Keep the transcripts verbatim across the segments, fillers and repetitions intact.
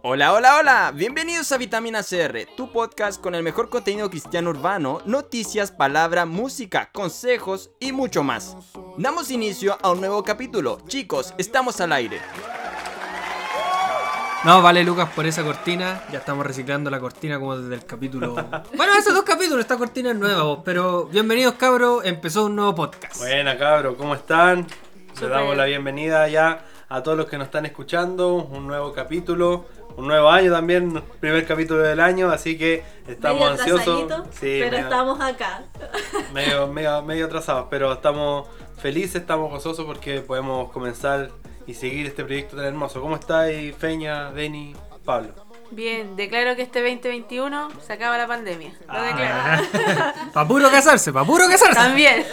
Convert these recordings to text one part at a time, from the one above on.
Hola, hola, hola, bienvenidos a Vitamina C R, tu podcast con el mejor contenido cristiano urbano, noticias, palabra, música, consejos y mucho más. Damos inicio a un nuevo capítulo. Chicos, estamos al aire. No, vale Lucas por esa cortina, ya estamos reciclando la cortina como desde el capítulo... Bueno, esos dos capítulos, esta cortina es nueva vos, pero bienvenidos cabros, empezó un nuevo podcast. Buena cabros, ¿cómo están? Les damos la bienvenida ya a todos los que nos están escuchando, un nuevo capítulo, un nuevo año también, primer capítulo del año, así que estamos medio ansiosos. Sí, pero medio, estamos acá. Medio, medio, medio atrasados, pero estamos felices, estamos gozosos porque podemos comenzar y seguir este proyecto tan hermoso. ¿Cómo estáis, Feña, Deni, Pablo? Bien, declaro que este veinte veintiuno se acaba la pandemia. Lo Ah. declaro. Pa' puro casarse, pa' puro casarse. También.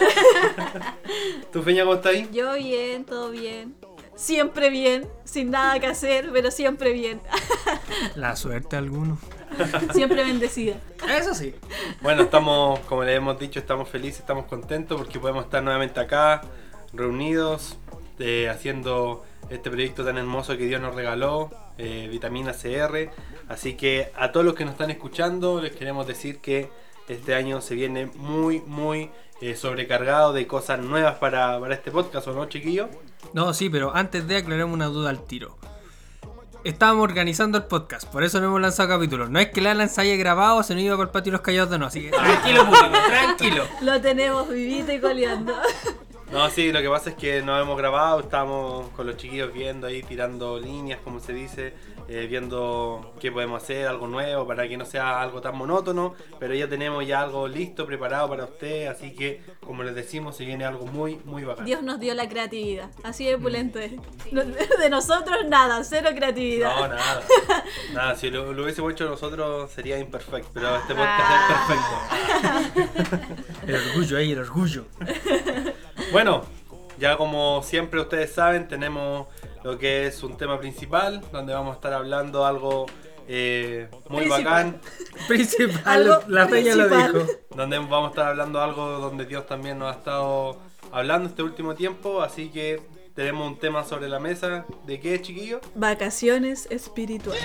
¿Tú, Feña, cómo estás ahí? Yo bien, todo bien. Siempre bien, sin nada que hacer, pero siempre bien. La suerte a alguno. Siempre bendecida. Eso sí. Bueno, estamos, como les hemos dicho, estamos felices, estamos contentos porque podemos estar nuevamente acá, reunidos, eh, haciendo este proyecto tan hermoso que Dios nos regaló, eh, Vitamina C R. Así que a todos los que nos están escuchando les queremos decir que este año se viene muy, muy eh, sobrecargado de cosas nuevas para, para este podcast, ¿o no, chiquillos? No, sí, pero antes de aclararme una duda al tiro. Estábamos organizando el podcast, por eso no hemos lanzado capítulos. No es que la haya grabado, se nos iba por el patio de los callados de no, así que tranquilo, público, tranquilo. Lo tenemos vivito y coleando. No, sí, lo que pasa es que no hemos grabado, estamos con los chiquillos viendo ahí, tirando líneas, como se dice, eh, viendo qué podemos hacer, algo nuevo, para que no sea algo tan monótono, pero ya tenemos ya algo listo, preparado para usted, así que, como les decimos, se viene algo muy, muy bacán. Dios nos dio la creatividad, así de pulento es. De nosotros nada, cero creatividad. No, nada, nada, si lo, lo hubiésemos hecho nosotros sería imperfecto, pero este podcast es perfecto. El orgullo ahí, el orgullo. Bueno, ya como siempre ustedes saben, tenemos lo que es un tema principal, donde vamos a estar hablando algo eh, muy Principal. bacán, Principal, Algo la peña lo principal. dijo. donde vamos a estar hablando algo donde Dios también nos ha estado hablando este último tiempo, así que tenemos un tema sobre la mesa. ¿De qué, chiquillos? Vacaciones espirituales.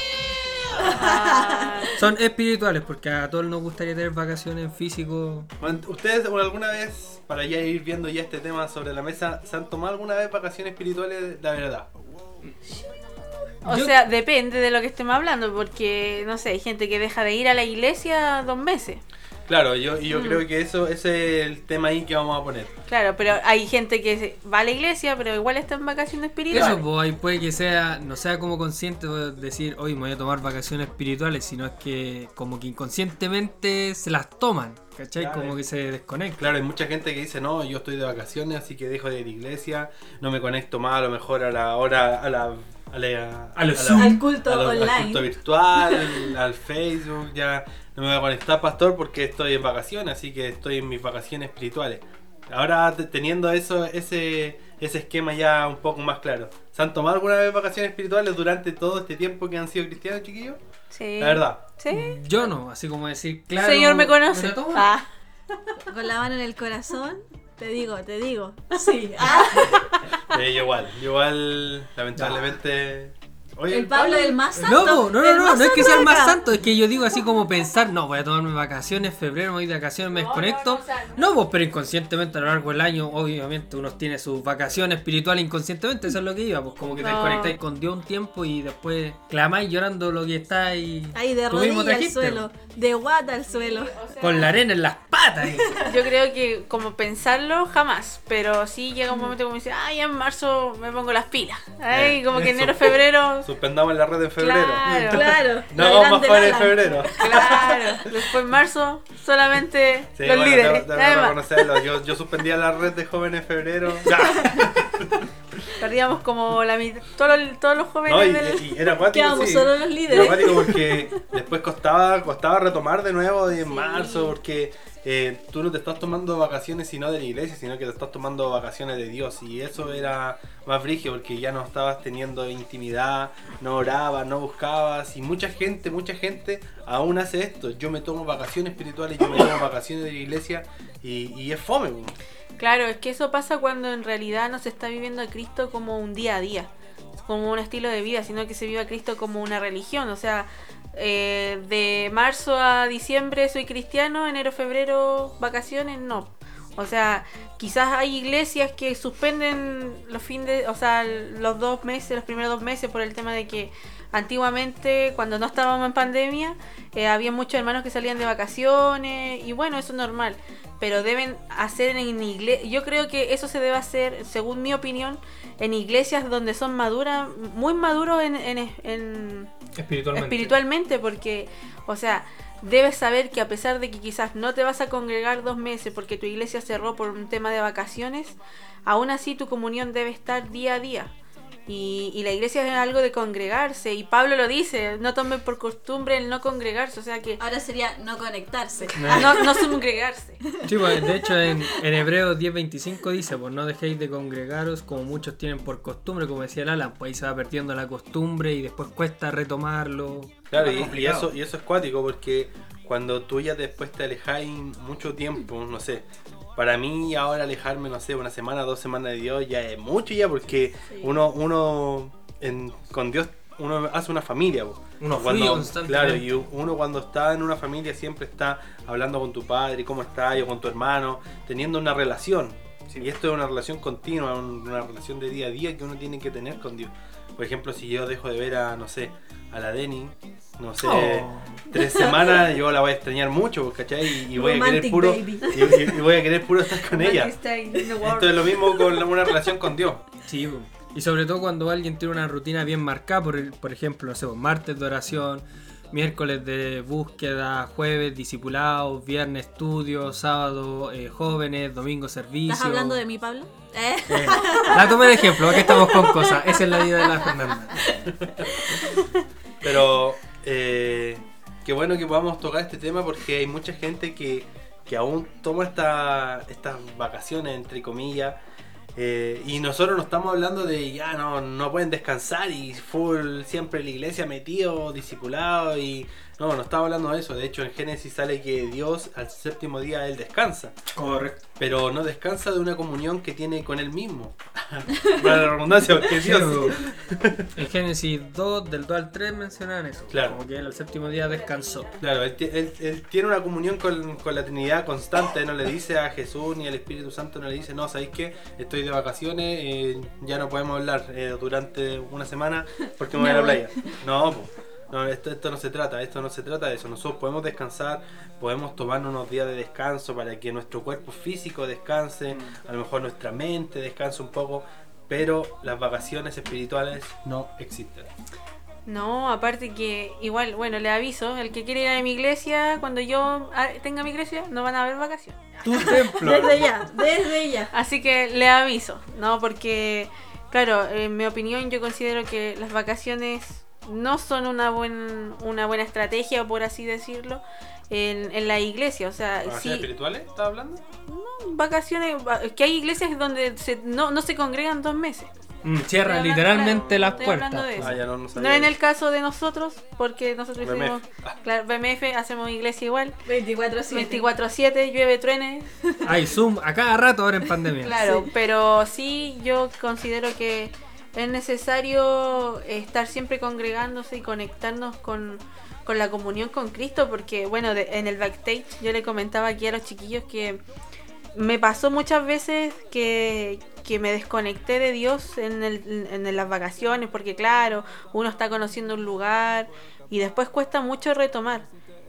Ah, Son espirituales, porque a todos nos gustaría tener vacaciones en físico. Bueno, ¿ustedes alguna vez, para ya ir viendo ya este tema sobre la mesa, se han tomado alguna vez vacaciones espirituales, la verdad? o Yo- sea, depende de lo que estemos hablando, porque, no sé, hay gente que deja de ir a la iglesia dos meses. Claro, yo, y yo Mm. creo que eso ese es el tema ahí que vamos a poner. Claro, pero hay gente que se- va a la iglesia, pero igual está en vacaciones espirituales. Eso, pues ahí puede que sea, no sea como consciente de decir, hoy me voy a tomar vacaciones espirituales, sino es que como que inconscientemente se las toman, ¿cachai? Claro. Como que se desconectan. Claro, hay mucha gente que dice, no, yo estoy de vacaciones, así que dejo de ir a la iglesia, no me conecto más a lo mejor a la hora, a la... A, la, A los la- Zoom. Al culto a lo- online. al culto virtual, al Facebook, ya no me voy a conectar, pastor, porque estoy en vacaciones, así que estoy en mis vacaciones espirituales. Ahora te- teniendo eso, ese, ese esquema ya un poco más claro. ¿Se han tomado alguna vez vacaciones espirituales durante todo este tiempo que han sido cristianos, chiquillos? Sí. La verdad. Sí. Yo no, así como decir, claro. Señor me conoce. la tomo. Ah, Con la mano en el corazón, te digo, te digo. Sí. Ah, Eh, yo igual, yo igual, lamentablemente... Oye, el Pablo del más santo. No, po, no, no, el no, más no es que santo sea el de más acá. santo, es que yo digo así como pensar, no, voy a tomarme vacaciones, febrero, me voy de vacaciones, me No, desconecto. no, no, o sea, No, pues, pero inconscientemente a lo largo del año, obviamente, uno tiene sus vacaciones espirituales inconscientemente, eso es lo que iba, pues como que te No. desconectáis con Dios un tiempo y después clamáis llorando lo que está ahí. Ahí de tú mismo rodillas al trajiste, suelo, de guata al suelo. o sea, con la arena en las patas. ahí. yo creo que como pensarlo jamás, pero sí llega un momento como dice, ay, en marzo me pongo las pilas. Ay, Eh, como que eso. enero, febrero, Suspendamos la red en febrero. Claro. Claro. No la vamos más grande jóvenes en Lala. febrero. claro. Después en marzo solamente Sí, los bueno, líderes. debo- debo nada más. reconocerlo. Yo, yo suspendía la red de jóvenes en febrero. Perdíamos como la mitad, todos los, todos los jóvenes No, y, del... y era acuático, Quedamos sí. solo los Era líderes. acuático porque después costaba, costaba retomar de nuevo y en marzo, porque eh, tú no te estás tomando vacaciones sino de la iglesia, sino que te estás tomando vacaciones de Dios. Y eso era más brígido porque ya no estabas teniendo intimidad, no orabas, no buscabas. Y mucha gente, mucha gente aún hace esto. Yo me tomo vacaciones espirituales, yo me tomo vacaciones de la iglesia y, y es fome. Claro, es que eso pasa cuando en realidad no se está viviendo a Cristo como un día a día. como un estilo de vida, sino que se vive a Cristo como una religión. O sea, eh, de marzo a diciembre soy cristiano, enero, febrero, vacaciones, no. O sea, quizás hay iglesias que suspenden los fines, o sea, los dos meses, los primeros dos meses por el tema de que antiguamente, cuando no estábamos en pandemia, eh, había muchos hermanos que salían de vacaciones y bueno, eso es normal. Pero deben hacer en iglesias, yo creo que eso se debe hacer, según mi opinión, en iglesias donde son maduras, muy maduros en, en, en Espiritualmente. espiritualmente, porque, o sea, debes saber que a pesar de que quizás no te vas a congregar dos meses porque tu iglesia cerró por un tema de vacaciones, aún así tu comunión debe estar día a día. Y, y la iglesia es algo de congregarse, y Pablo lo dice, no tomen por costumbre el no congregarse, o sea que Ahora sería no conectarse. no, no congregarse. Sí, pues, de hecho en, en Hebreos diez veinticinco dice, pues no dejéis de congregaros como muchos tienen por costumbre, como decía el Alan, pues ahí se va perdiendo la costumbre y después cuesta retomarlo. Claro, Es y, y complicado. eso y eso es cuático porque cuando tú ya después te alejáis mucho tiempo, no sé, para mí ahora alejarme, no sé, una semana, dos semanas de Dios ya es mucho ya porque Sí. uno uno en, con Dios uno hace una familia. Po. Uno Cuando- fluye constantemente. Claro, y uno cuando está en una familia siempre está hablando con tu padre, cómo está, o con tu hermano, teniendo una relación. Y esto es una relación continua, un- una relación de día a día que uno tiene que tener con Dios. Por ejemplo, si yo dejo de ver a, no sé, a la Denny, no sé, Oh. tres semanas, yo la voy a extrañar mucho, ¿cachai? Y, y voy a querer Romantic puro baby. y, y- y voy a querer puro estar con ella. Esto Esto es lo mismo con la- una relación con Dios. Sí, pues. Y sobre todo cuando alguien tiene una rutina bien marcada, por, el- por ejemplo, no sé, pues, martes de oración, miércoles de búsqueda, jueves discipulados, viernes estudio, sábado eh, jóvenes, domingo servicio. ¿Estás hablando de mí, Pablo? ¿Eh? Eh, la tomé de ejemplo, aquí estamos con cosas. Esa es la vida de la Fernanda. Pero eh, qué bueno que podamos tocar este tema porque hay mucha gente que, que aún toma esta, estas vacaciones, entre comillas. eh, y nosotros no estamos hablando de ya no, no pueden descansar y full siempre en la iglesia metido, discipulado y no, no estamos hablando de eso. De hecho en Génesis sale que Dios al séptimo día él descansa, Correcto. pero no descansa de una comunión que tiene con él mismo. Para la redundancia, porque es Dios. En Génesis dos, del dos al tres mencionan eso. Claro. Como que él al séptimo día descansó. Claro, él, ti- él- él tiene una comunión con, con la Trinidad constante, no le dice a Jesús ni al Espíritu Santo, no le dice, no, ¿sabéis qué? Estoy de vacaciones, eh, ya no podemos hablar eh, durante una semana porque me voy a la Me playa. No, po, no esto, esto no se trata, esto no se trata de eso. Nosotros podemos descansar, podemos tomarnos unos días de descanso para que nuestro cuerpo físico descanse, a lo mejor nuestra mente descanse un poco, pero las vacaciones espirituales no existen. No, aparte que igual, bueno, le aviso, el que quiere ir a mi iglesia, cuando yo ah, tenga mi iglesia, no van a haber vacaciones. Tu templo. Desde ya, desde ya. Así que le aviso, ¿no? Porque, claro, en mi opinión yo considero que las vacaciones no son una, buen, una buena estrategia, por así decirlo, en, en la iglesia. O sea, ¿Vacaciones sí, espirituales? ¿Estás hablando? vacaciones, va- que hay iglesias donde se, no, no se congregan dos meses. Mm, cierra Estoy hablando- literalmente claro, las estoy puertas. hablando de eso. Ah, ya no, no sabía No en eso. el caso de nosotros, porque nosotros B M F. hicimos, claro, B M F, hacemos iglesia igual, veinticuatro siete. veinticuatro siete, llueve, truene, Hay Zoom a cada rato ahora en pandemia. claro, Sí. pero sí yo considero que es necesario estar siempre congregándose y conectarnos con, con la comunión con Cristo, porque bueno, de- en el backstage yo le comentaba aquí a los chiquillos que me pasó muchas veces que, que me desconecté de Dios en, el, en las vacaciones, porque claro, uno está conociendo un lugar y después cuesta mucho retomar.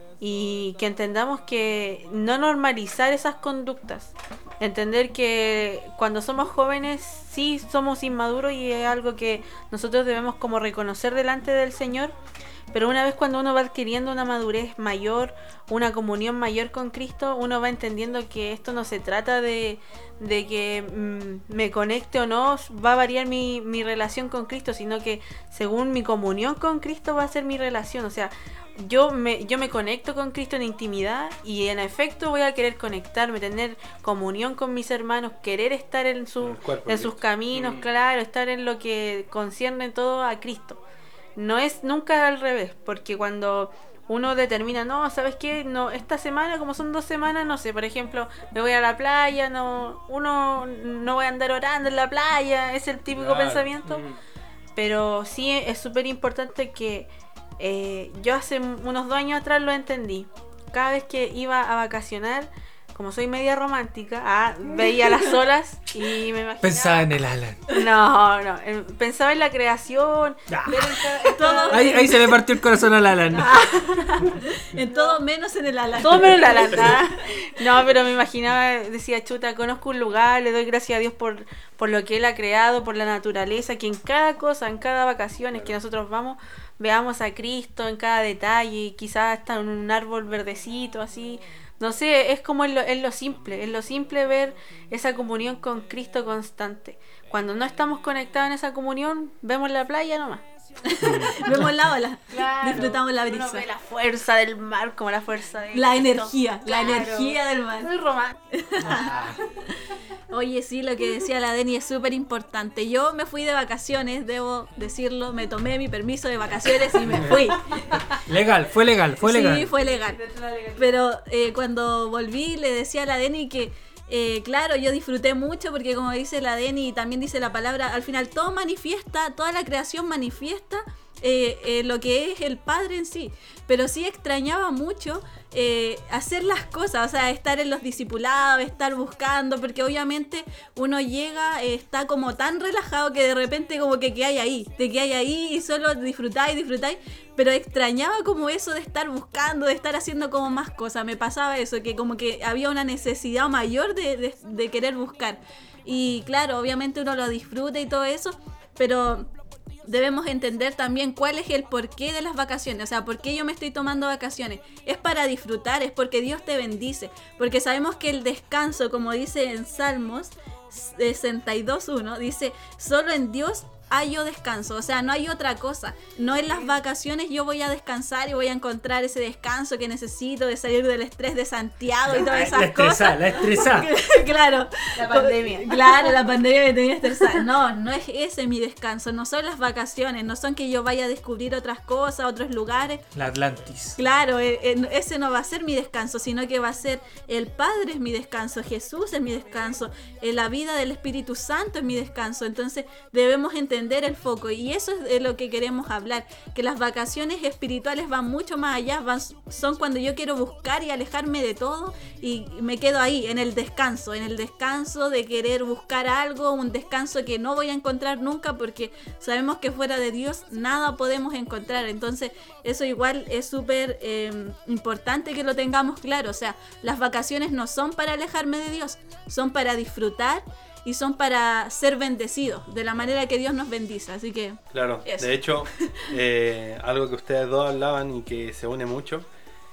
Y que entendamos que no normalizar esas conductas. Entender que cuando somos jóvenes sí somos inmaduros y es algo que nosotros debemos como reconocer delante del Señor. Pero una vez cuando uno va adquiriendo una madurez mayor, una comunión mayor con Cristo, uno va entendiendo que esto no se trata de, de que mm, me conecte o no, va a variar mi, mi relación con Cristo, sino que según mi comunión con Cristo va a ser mi relación. O sea, yo me, yo me conecto con Cristo en intimidad y en efecto voy a querer conectarme, tener comunión con mis hermanos, querer estar en, su, En el cuerpo de en sus Cristo. caminos, claro, estar en lo que concierne todo a Cristo. No es nunca al revés, porque cuando uno determina, no, ¿sabes qué? No, esta semana, como son dos semanas, no sé, por ejemplo, me voy a la playa, no, uno no voy a andar orando en la playa, es el típico Claro. pensamiento. Mm. Pero sí es súper importante que eh, yo hace unos dos años atrás lo entendí. Cada vez que iba a vacacionar, como soy media romántica, ah, veía las olas y me imaginaba... Pensaba en el Alan. No, no, en- pensaba en la creación. Ah. ver en cada- en cada- Todo- Ahí, ahí se le partió el corazón al Alan. En todo menos en el ala. Todo menos la lata. No, pero me imaginaba, decía, chuta, conozco un lugar, le doy gracias a Dios por, por lo que Él ha creado, por la naturaleza, que en cada cosa, en cada vacaciones que nosotros vamos, veamos a Cristo en cada detalle, quizás hasta en un árbol verdecito, así. No sé, es como en lo, en lo simple, en lo simple ver esa comunión con Cristo constante. Cuando no estamos conectados en esa comunión, vemos la playa nomás. Vemos la ola. Claro, Disfrutamos la uno brisa. ve la fuerza del mar como la fuerza de La Cristo. energía, la Claro. energía del mar. Muy romántico. Oye, sí, lo que decía la Deni es súper importante. Yo me fui de vacaciones, debo decirlo, me tomé mi permiso de vacaciones y me fui. Legal, fue legal, fue legal. Sí, fue legal. Pero eh, cuando volví le decía a la Deni que, eh, claro, yo disfruté mucho porque como dice la Deni y también dice la palabra, al final todo manifiesta, toda la creación manifiesta eh, eh, lo que es el Padre en sí. Pero sí extrañaba mucho eh, hacer las cosas, o sea, estar en los discipulados, estar buscando, porque obviamente uno llega, eh, está como tan relajado que de repente como que quedáis ahí, te quedáis ahí y solo disfrutáis, disfrutáis, pero extrañaba como eso de estar buscando, de estar haciendo como más cosas, me pasaba eso, que como que había una necesidad mayor de, de, de querer buscar. Y claro, obviamente uno lo disfruta y todo eso, pero debemos entender también cuál es el porqué de las vacaciones, o sea, por qué yo me estoy tomando vacaciones. Es para disfrutar, es porque Dios te bendice, porque sabemos que el descanso, como dice en Salmos sesenta y dos uno, dice, solo en Dios hallo descanso, o sea, no hay otra cosa. No en las vacaciones yo voy a descansar y voy a encontrar ese descanso que necesito de salir del estrés de Santiago y todas La esas estresada, cosas. la estresada. Claro. La pandemia. Claro, la pandemia me tenía estresada. No, no es ese mi descanso, no son las vacaciones, no son que yo vaya a descubrir otras cosas, otros lugares. La Atlantis. Claro, eh, eh, ese no va a ser mi descanso, sino que va a ser el Padre es mi descanso, Jesús es mi descanso, eh, la vida del Espíritu Santo es mi descanso. Entonces debemos entender el foco y eso es de lo que queremos hablar, que las vacaciones espirituales van mucho más allá, van, son cuando yo quiero buscar y alejarme de todo y me quedo ahí, en el descanso, en el descanso de querer buscar algo, un descanso que no voy a encontrar nunca porque sabemos que fuera de Dios nada podemos encontrar. Entonces eso igual es súper eh, importante que lo tengamos claro, o sea, las vacaciones no son para alejarme de Dios, son para disfrutar y son para ser bendecidos de la manera que Dios nos bendice, así que Claro, eso. de hecho, eh, algo que ustedes dos hablaban y que se une mucho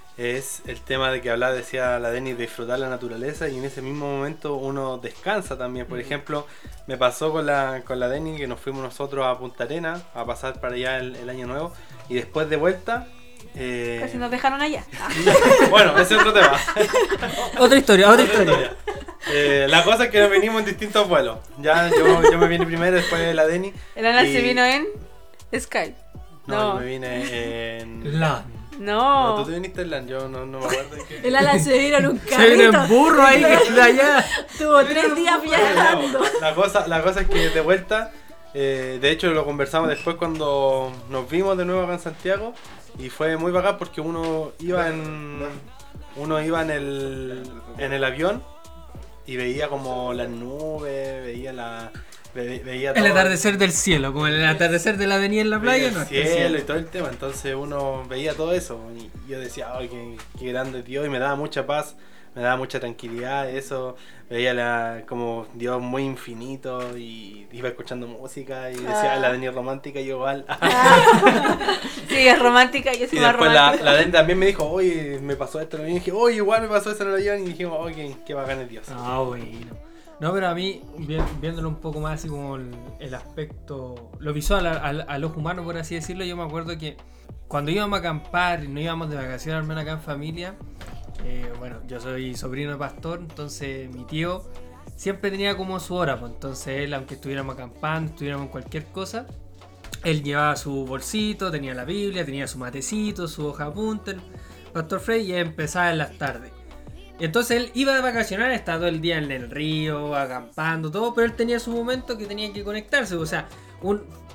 es el tema de que hablaba, decía la Deni, de disfrutar la naturaleza y en ese mismo momento uno descansa también. Por ejemplo, me pasó con la, con la Deni que nos fuimos nosotros a Punta Arenas a pasar para allá el, el año nuevo y después de vuelta... eh, Casi nos dejaron allá. Ah. bueno, ese es otro tema. Otra historia, otra Otra historia. historia. Eh, la cosa es que nos venimos en distintos vuelos. Ya yo, yo me vine primero, después la Deni. El Ana y- se vino en Skype. No, No. yo me vine en... La. No, No. tú te viniste en LAN, yo no, no me acuerdo de qué. el Alan se vino en un Se viene carrito, en burro ahí que de allá. estuvo tres días viajando. La cosa, la cosa es que de vuelta, eh, de hecho lo conversamos después cuando nos vimos de nuevo acá en Santiago y fue muy bacán porque uno iba en uno iba en el en el avión y veía como las nubes, veía la ve- veía El todo atardecer del cielo, como el atardecer de la avenida en la veía playa, el no es que el cielo cielo. y todo el tema, entonces uno veía todo eso y yo decía, ay, qué, qué grande Dios y me daba mucha paz. Me daba mucha tranquilidad, eso, veía la, como Dios muy infinito y iba escuchando música y decía Ah. la Deni romántica y yo igual. Sí, es romántica, yo soy Y más después la, romántica. la Deni también me dijo, oye, me pasó esto en el avión y dije, oye, igual me pasó esto en el avión y dijimos, oye, qué, qué bacán es Dios. Ah, bueno. No, pero a mí, vi- viéndolo un poco más así como el, el aspecto, lo visual al, al, al ojo humano, por así decirlo, yo me acuerdo que cuando íbamos a acampar y no íbamos de vacaciones, al menos acá en familia, eh, bueno, yo soy sobrino de pastor, entonces mi tío siempre tenía como su hora, pues entonces él, aunque estuviéramos acampando, estuviéramos en cualquier cosa, él llevaba su bolsito, tenía la Biblia, tenía su matecito, su hoja de apunte, el Pastor Frey, y empezaba en las tardes. Y entonces él iba de vacacionar, estaba todo el día en el río, acampando, todo, pero él tenía su momento que tenía que conectarse, o sea, un,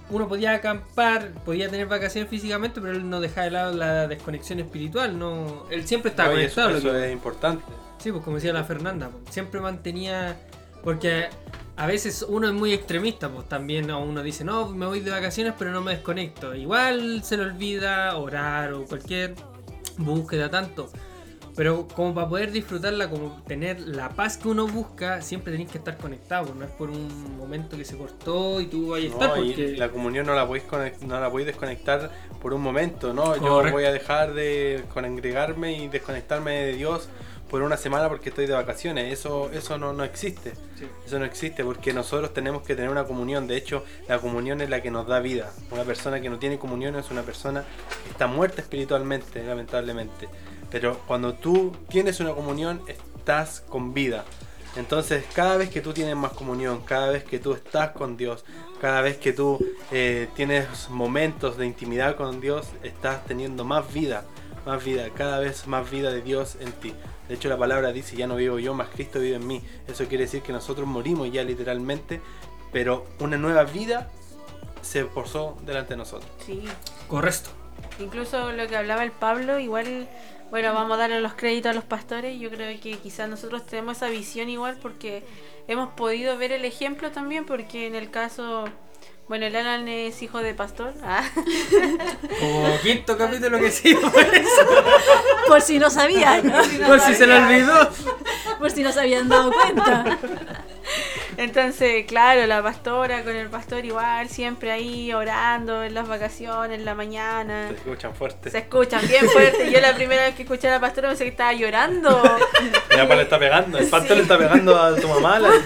uno podía acampar, podía tener vacaciones físicamente, pero él no dejaba de lado la desconexión espiritual. No, él siempre estaba Oye, conectado. Eso, lo eso que- es importante. Sí, pues como decía la Fernanda, pues, siempre mantenía... Porque a veces uno es muy extremista, pues también o uno dice, no, me voy de vacaciones pero no me desconecto. Igual se le olvida orar o cualquier búsqueda tanto. Pero como para poder disfrutarla, como tener la paz que uno busca, siempre tenés que estar conectado. No es por un momento que se cortó y tú vayas a estar No, y porque... la comunión no la podéis conec- no la podéis desconectar por un momento, ¿no? Yo Correcto. voy a dejar de congregarme y desconectarme de Dios por una semana porque estoy de vacaciones. Eso eso no, no existe. Sí. Eso no existe porque nosotros tenemos que tener una comunión. De hecho, la comunión es la que nos da vida. Una persona que no tiene comunión es una persona que está muerta espiritualmente, lamentablemente. Pero cuando tú tienes una comunión, estás con vida. Entonces, cada vez que tú tienes más comunión, cada vez que tú estás con Dios, cada vez que tú eh, tienes momentos de intimidad con Dios, estás teniendo más vida, más vida, cada vez más vida de Dios en ti. De hecho, la palabra dice, ya no vivo yo, más Cristo vive en mí. Eso quiere decir que nosotros morimos ya literalmente, pero una nueva vida se posó delante de nosotros. Sí. Correcto. Incluso lo que hablaba el Pablo, igual, bueno, vamos a darle los créditos a los pastores. Yo creo que quizás nosotros tenemos esa visión igual porque hemos podido ver el ejemplo también, porque en el caso, bueno, el Alan es hijo de pastor. Ah. Como quinto capítulo que sí, por eso. Por si no sabían, ¿no? Por si se le olvidó. Por si no se habían dado cuenta. Entonces, claro, la pastora con el pastor igual, siempre ahí orando en las vacaciones, en la mañana. Se escuchan fuerte. Se escuchan bien fuerte. Yo la primera vez que escuché a la pastora pensé que estaba llorando. Mi papá le está pegando, el pastor Sí. le está pegando a tu mamá. La...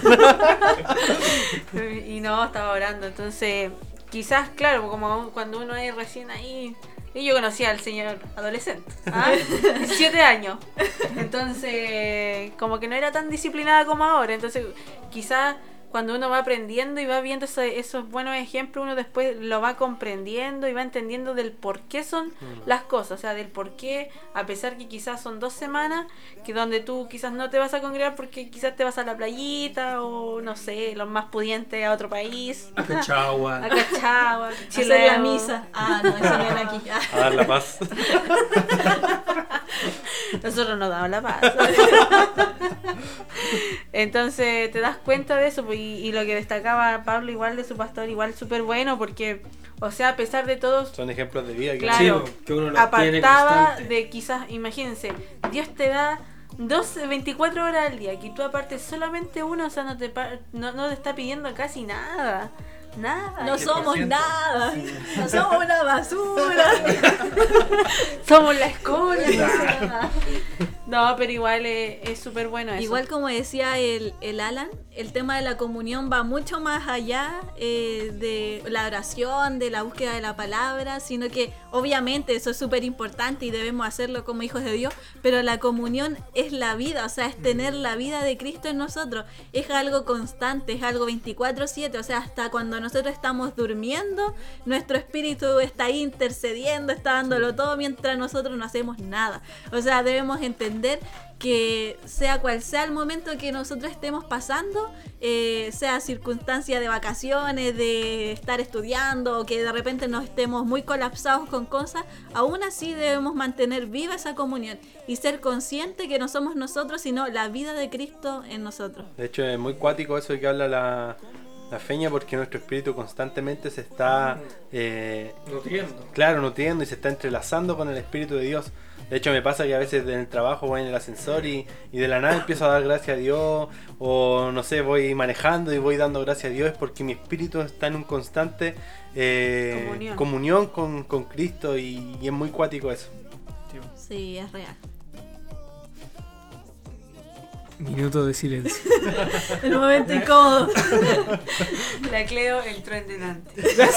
Y no, estaba orando. Entonces, quizás, claro, como cuando uno es recién ahí. Y yo conocía al señor adolescente, ¿ah? diecisiete años. Entonces, como que no era tan disciplinada como ahora. Entonces, quizás cuando uno va aprendiendo y va viendo ese- esos buenos ejemplos, uno después lo va comprendiendo y va entendiendo del por qué son las cosas. O sea, del por qué, a pesar que quizás son dos semanas, que donde tú quizás no te vas a congregar porque quizás te vas a la playita o, no sé, los más pudientes a otro país. A Cachagua. A Cachagua, Hacer la misa. Ah, no, eso no era aquí. Ah. A dar la paz. Nosotros nos damos la paz. Entonces te das cuenta de eso, pues, y, y lo que destacaba Pablo igual de su pastor, igual súper bueno, porque, o sea, a pesar de todo, Son ejemplos de vida. Que claro, Sí, que uno los tiene apartaba constante. de quizás, imagínense, Dios te da doce, veinticuatro horas al día, que tú apartes solamente una, o sea, no te, pa- no, no te está pidiendo casi nada. Nada. No ¿Qué somos por ciento? nada. No somos una basura. Somos la escoria. no sé nada. No, pero igual es súper bueno eso. Igual como decía el, el Alan, el tema de la comunión va mucho más allá eh, de la oración, de la búsqueda de la palabra, sino que obviamente eso es súper importante y debemos hacerlo como hijos de Dios, pero la comunión es la vida, o sea, es tener la vida de Cristo en nosotros, es algo constante, es algo veinticuatro siete, o sea, hasta cuando nosotros estamos durmiendo, nuestro espíritu está ahí intercediendo, está dándolo todo mientras nosotros no hacemos nada. O sea, debemos entender que sea cual sea el momento que nosotros estemos pasando, eh, sea circunstancia de vacaciones, de estar estudiando, o que de repente nos estemos muy colapsados con cosas, aún así debemos mantener viva esa comunión y ser conscientes que no somos nosotros, sino la vida de Cristo en nosotros. De hecho, es muy cuático eso de que habla la, la feña, porque nuestro espíritu constantemente se está, eh, Nutriendo. claro, nutriendo y se está entrelazando con el espíritu de Dios. De hecho, me pasa que a veces en el trabajo voy en el ascensor y, y de la nada empiezo a dar gracias a Dios, o no sé, voy manejando y voy dando gracias a Dios, porque mi espíritu está en un constante eh, Comunión. comunión con, con Cristo, y, y es muy cuático eso. Sí, es real. Minuto de silencio. El momento incómodo. La Cleo entró en delante.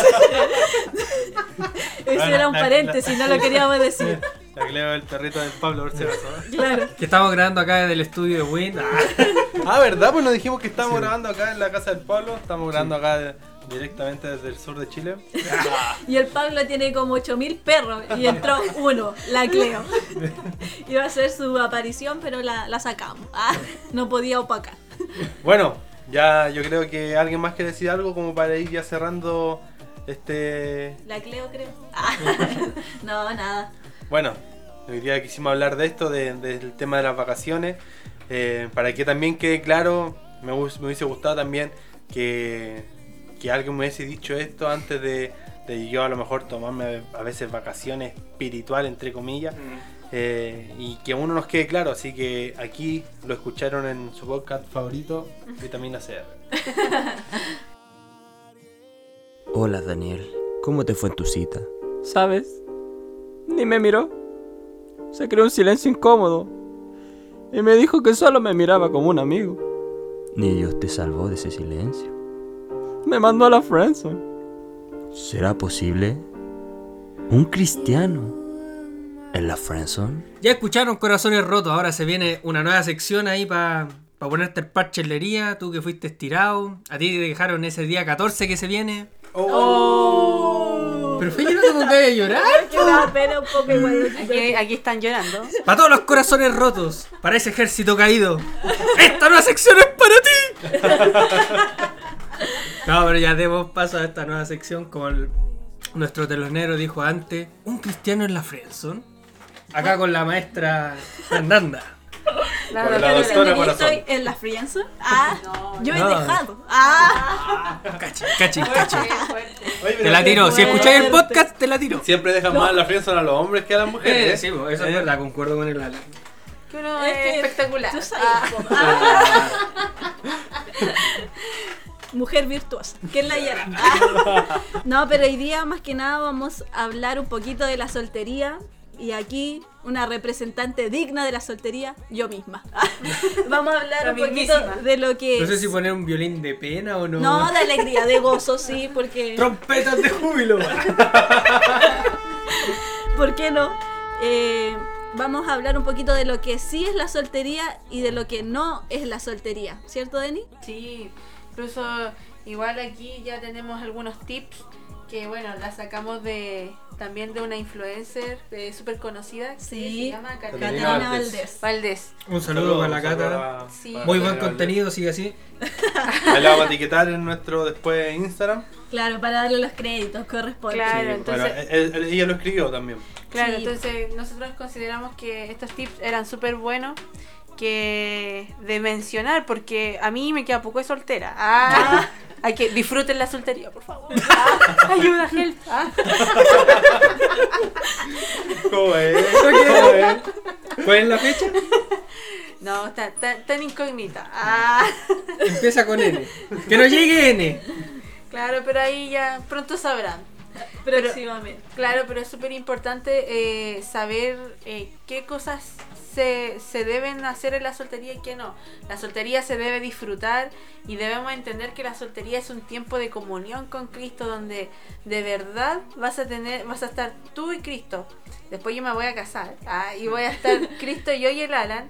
Ese era un La- paréntesis, no lo queríamos decir. La Cleo, el perrito del Pablo, por si acaso, ¿eh? Claro. Que estamos grabando acá desde el estudio de Win. Ah, Ah, ¿verdad? Pues nos dijimos que estábamos Sí. grabando acá en la casa del Pablo. Estamos grabando acá de- directamente desde el sur de Chile. Y el Pablo tiene como ocho mil perros y entró uno, la Cleo. Iba a hacer su aparición, pero la, la sacamos. Ah, no podía opacar. Bueno, ya yo creo que alguien más quiere decir algo como para ir ya cerrando este... La Cleo, creo. Ah, no, nada. Bueno, hoy día quisimos hablar de esto, de, del tema de las vacaciones, eh, para que también quede claro, me, hus- me hubiese gustado también que, que alguien me hubiese dicho esto antes de, de yo a lo mejor tomarme a veces vacaciones espirituales, entre comillas, eh, y que a uno nos quede claro, así que aquí lo escucharon en su podcast favorito, Vitamina C R. Hola Daniel, ¿cómo te fue en tu cita? ¿Sabes? Ni me miró. Se creó un silencio incómodo. Y me dijo que solo me miraba como un amigo. Ni Dios te salvó de ese silencio. Me mandó a la friendzone. ¿Será posible? ¿Un cristiano en la friendzone? Ya escucharon Corazones Rotos, ahora se viene una nueva sección ahí para pa ponerte el parche en la herida, tú que fuiste estirado, a ti te dejaron ese día catorce que se viene. Oh. Pero Feña, no te pongas a llorar. Que me da pena un poco igual. Aquí, aquí están llorando. Para todos los corazones rotos, para ese ejército caído, esta nueva sección es para ti. No, pero ya demos paso a esta nueva sección, como el- nuestro telonero dijo antes, un cristiano en la friendzone. Acá con la maestra Fernanda. La Con la doctora doctora Elena. Corazón. Estoy en la friendzone. Ah, yo he No. dejado. Ah, Cachi, cachi, cachi. Oye, Te la tiró. Si escucháis el podcast, te la tiró. Siempre dejan más a la friendzone a los hombres que a las mujeres. Eh, sí, pues, eso es verdad, concuerdo con el Alan. Que uno Es es, que espectacular. tú sabes, Ah. po. Ah. Mujer virtuosa. ¿Quién la llena? Ah. No, pero hoy día más que nada vamos a hablar un poquito de la soltería. Y aquí una representante digna de la soltería, yo misma. Vamos a hablar La un poquito mismísima. de lo que No sé es- si poner un violín de pena o no. No, de alegría, de gozo, sí, porque... Trompetas de júbilo. ¿Por qué no? Eh, vamos a hablar un poquito de lo que sí es la soltería y de lo que no es la soltería. ¿Cierto, Denny? Sí, incluso igual aquí ya tenemos algunos tips que bueno, la sacamos de también de una influencer eh, súper conocida que Sí. se llama Catalina Catalina Catalina Valdés. Valdés. Baldés. Un saludo para la Cata. para- Sí. para Muy buen Catalina contenido, sigue así. Valdés. Ahí la vamos a etiquetar en nuestro después Instagram. Claro, para darle los créditos correspondientes. Claro, Sí, entonces- bueno, él- él- ella lo escribió también. Claro, Sí. entonces nosotros consideramos que estos tips eran súper buenos que de mencionar porque a mí me queda poco de soltera. Ah, hay que disfruten la soltería, por favor. Ah, ayuda, help. Ah. ¿Cómo es? ¿Cómo es? ¿Cuál es la fecha? No, está tan, tan incógnita. Ah. Empieza con N. Que no llegue N. Claro, pero ahí ya pronto sabrán. Próximamente. Claro, pero es súper importante eh, saber eh, qué cosas se, se deben hacer en la soltería y qué no. La soltería se debe disfrutar y debemos entender que la soltería es un tiempo de comunión con Cristo donde de verdad vas a tener, vas a estar tú y Cristo. Después yo me voy a casar ah, y voy a estar Cristo, yo y el Alan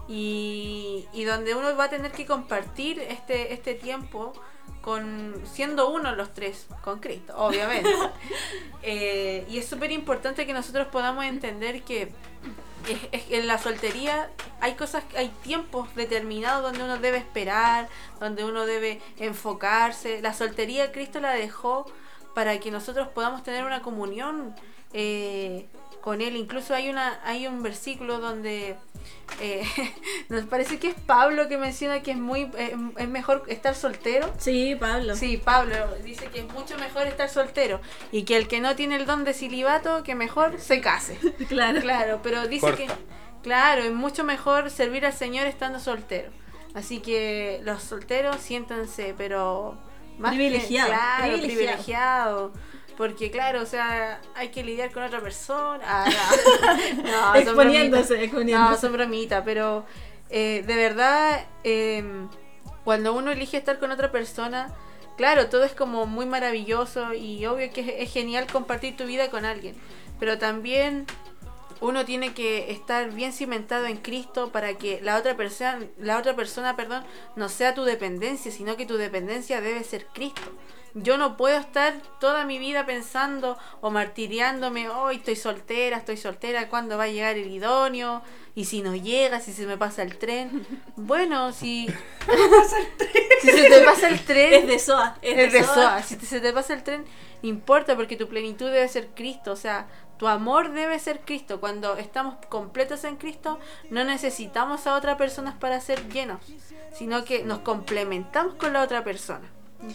y, y donde uno va a tener que compartir este, este tiempo con siendo uno los tres con Cristo, obviamente. Eh, y es súper importante que nosotros podamos entender que es- es- en la soltería hay cosas, hay tiempos determinados donde uno debe esperar, donde uno debe enfocarse. La soltería Cristo la dejó para que nosotros podamos tener una comunión eh, con Él. Incluso hay una hay un versículo donde eh, nos parece que es Pablo que menciona que es muy eh, es mejor estar soltero. Sí, Pablo. Sí, Pablo dice que es mucho mejor estar soltero y que el que no tiene el don de celibato, que mejor se case. Claro. Claro, pero dice Corta. que, claro, es mucho mejor servir al Señor estando soltero. Así que los solteros siéntanse, pero más que- Privilegiado, claro, privilegiado. privilegiado. Porque claro, o sea, hay que lidiar con otra persona. Ah, no. No, son Exponiéndose, bromitas. exponiéndose. No, son bromitas, pero eh, de verdad, eh, cuando uno elige estar con otra persona, claro, todo es como muy maravilloso y obvio que es, es genial compartir tu vida con alguien. Pero también uno tiene que estar bien cimentado en Cristo para que la otra persona, la otra persona, perdón, no sea tu dependencia, sino que tu dependencia debe ser Cristo. Yo no puedo estar toda mi vida pensando o martiriándome, hoy estoy soltera, estoy soltera, ¿cuándo va a llegar el idóneo? Y si no llega, si se me pasa el tren. Bueno, si... Si se te pasa el tren, Es de S O A. Es, es de S O A. S O A. Si te- se te pasa el tren, no importa, porque tu plenitud debe ser Cristo. O sea, tu amor debe ser Cristo. Cuando estamos completos en Cristo, no necesitamos a otras personas para ser llenos, sino que nos complementamos con la otra persona.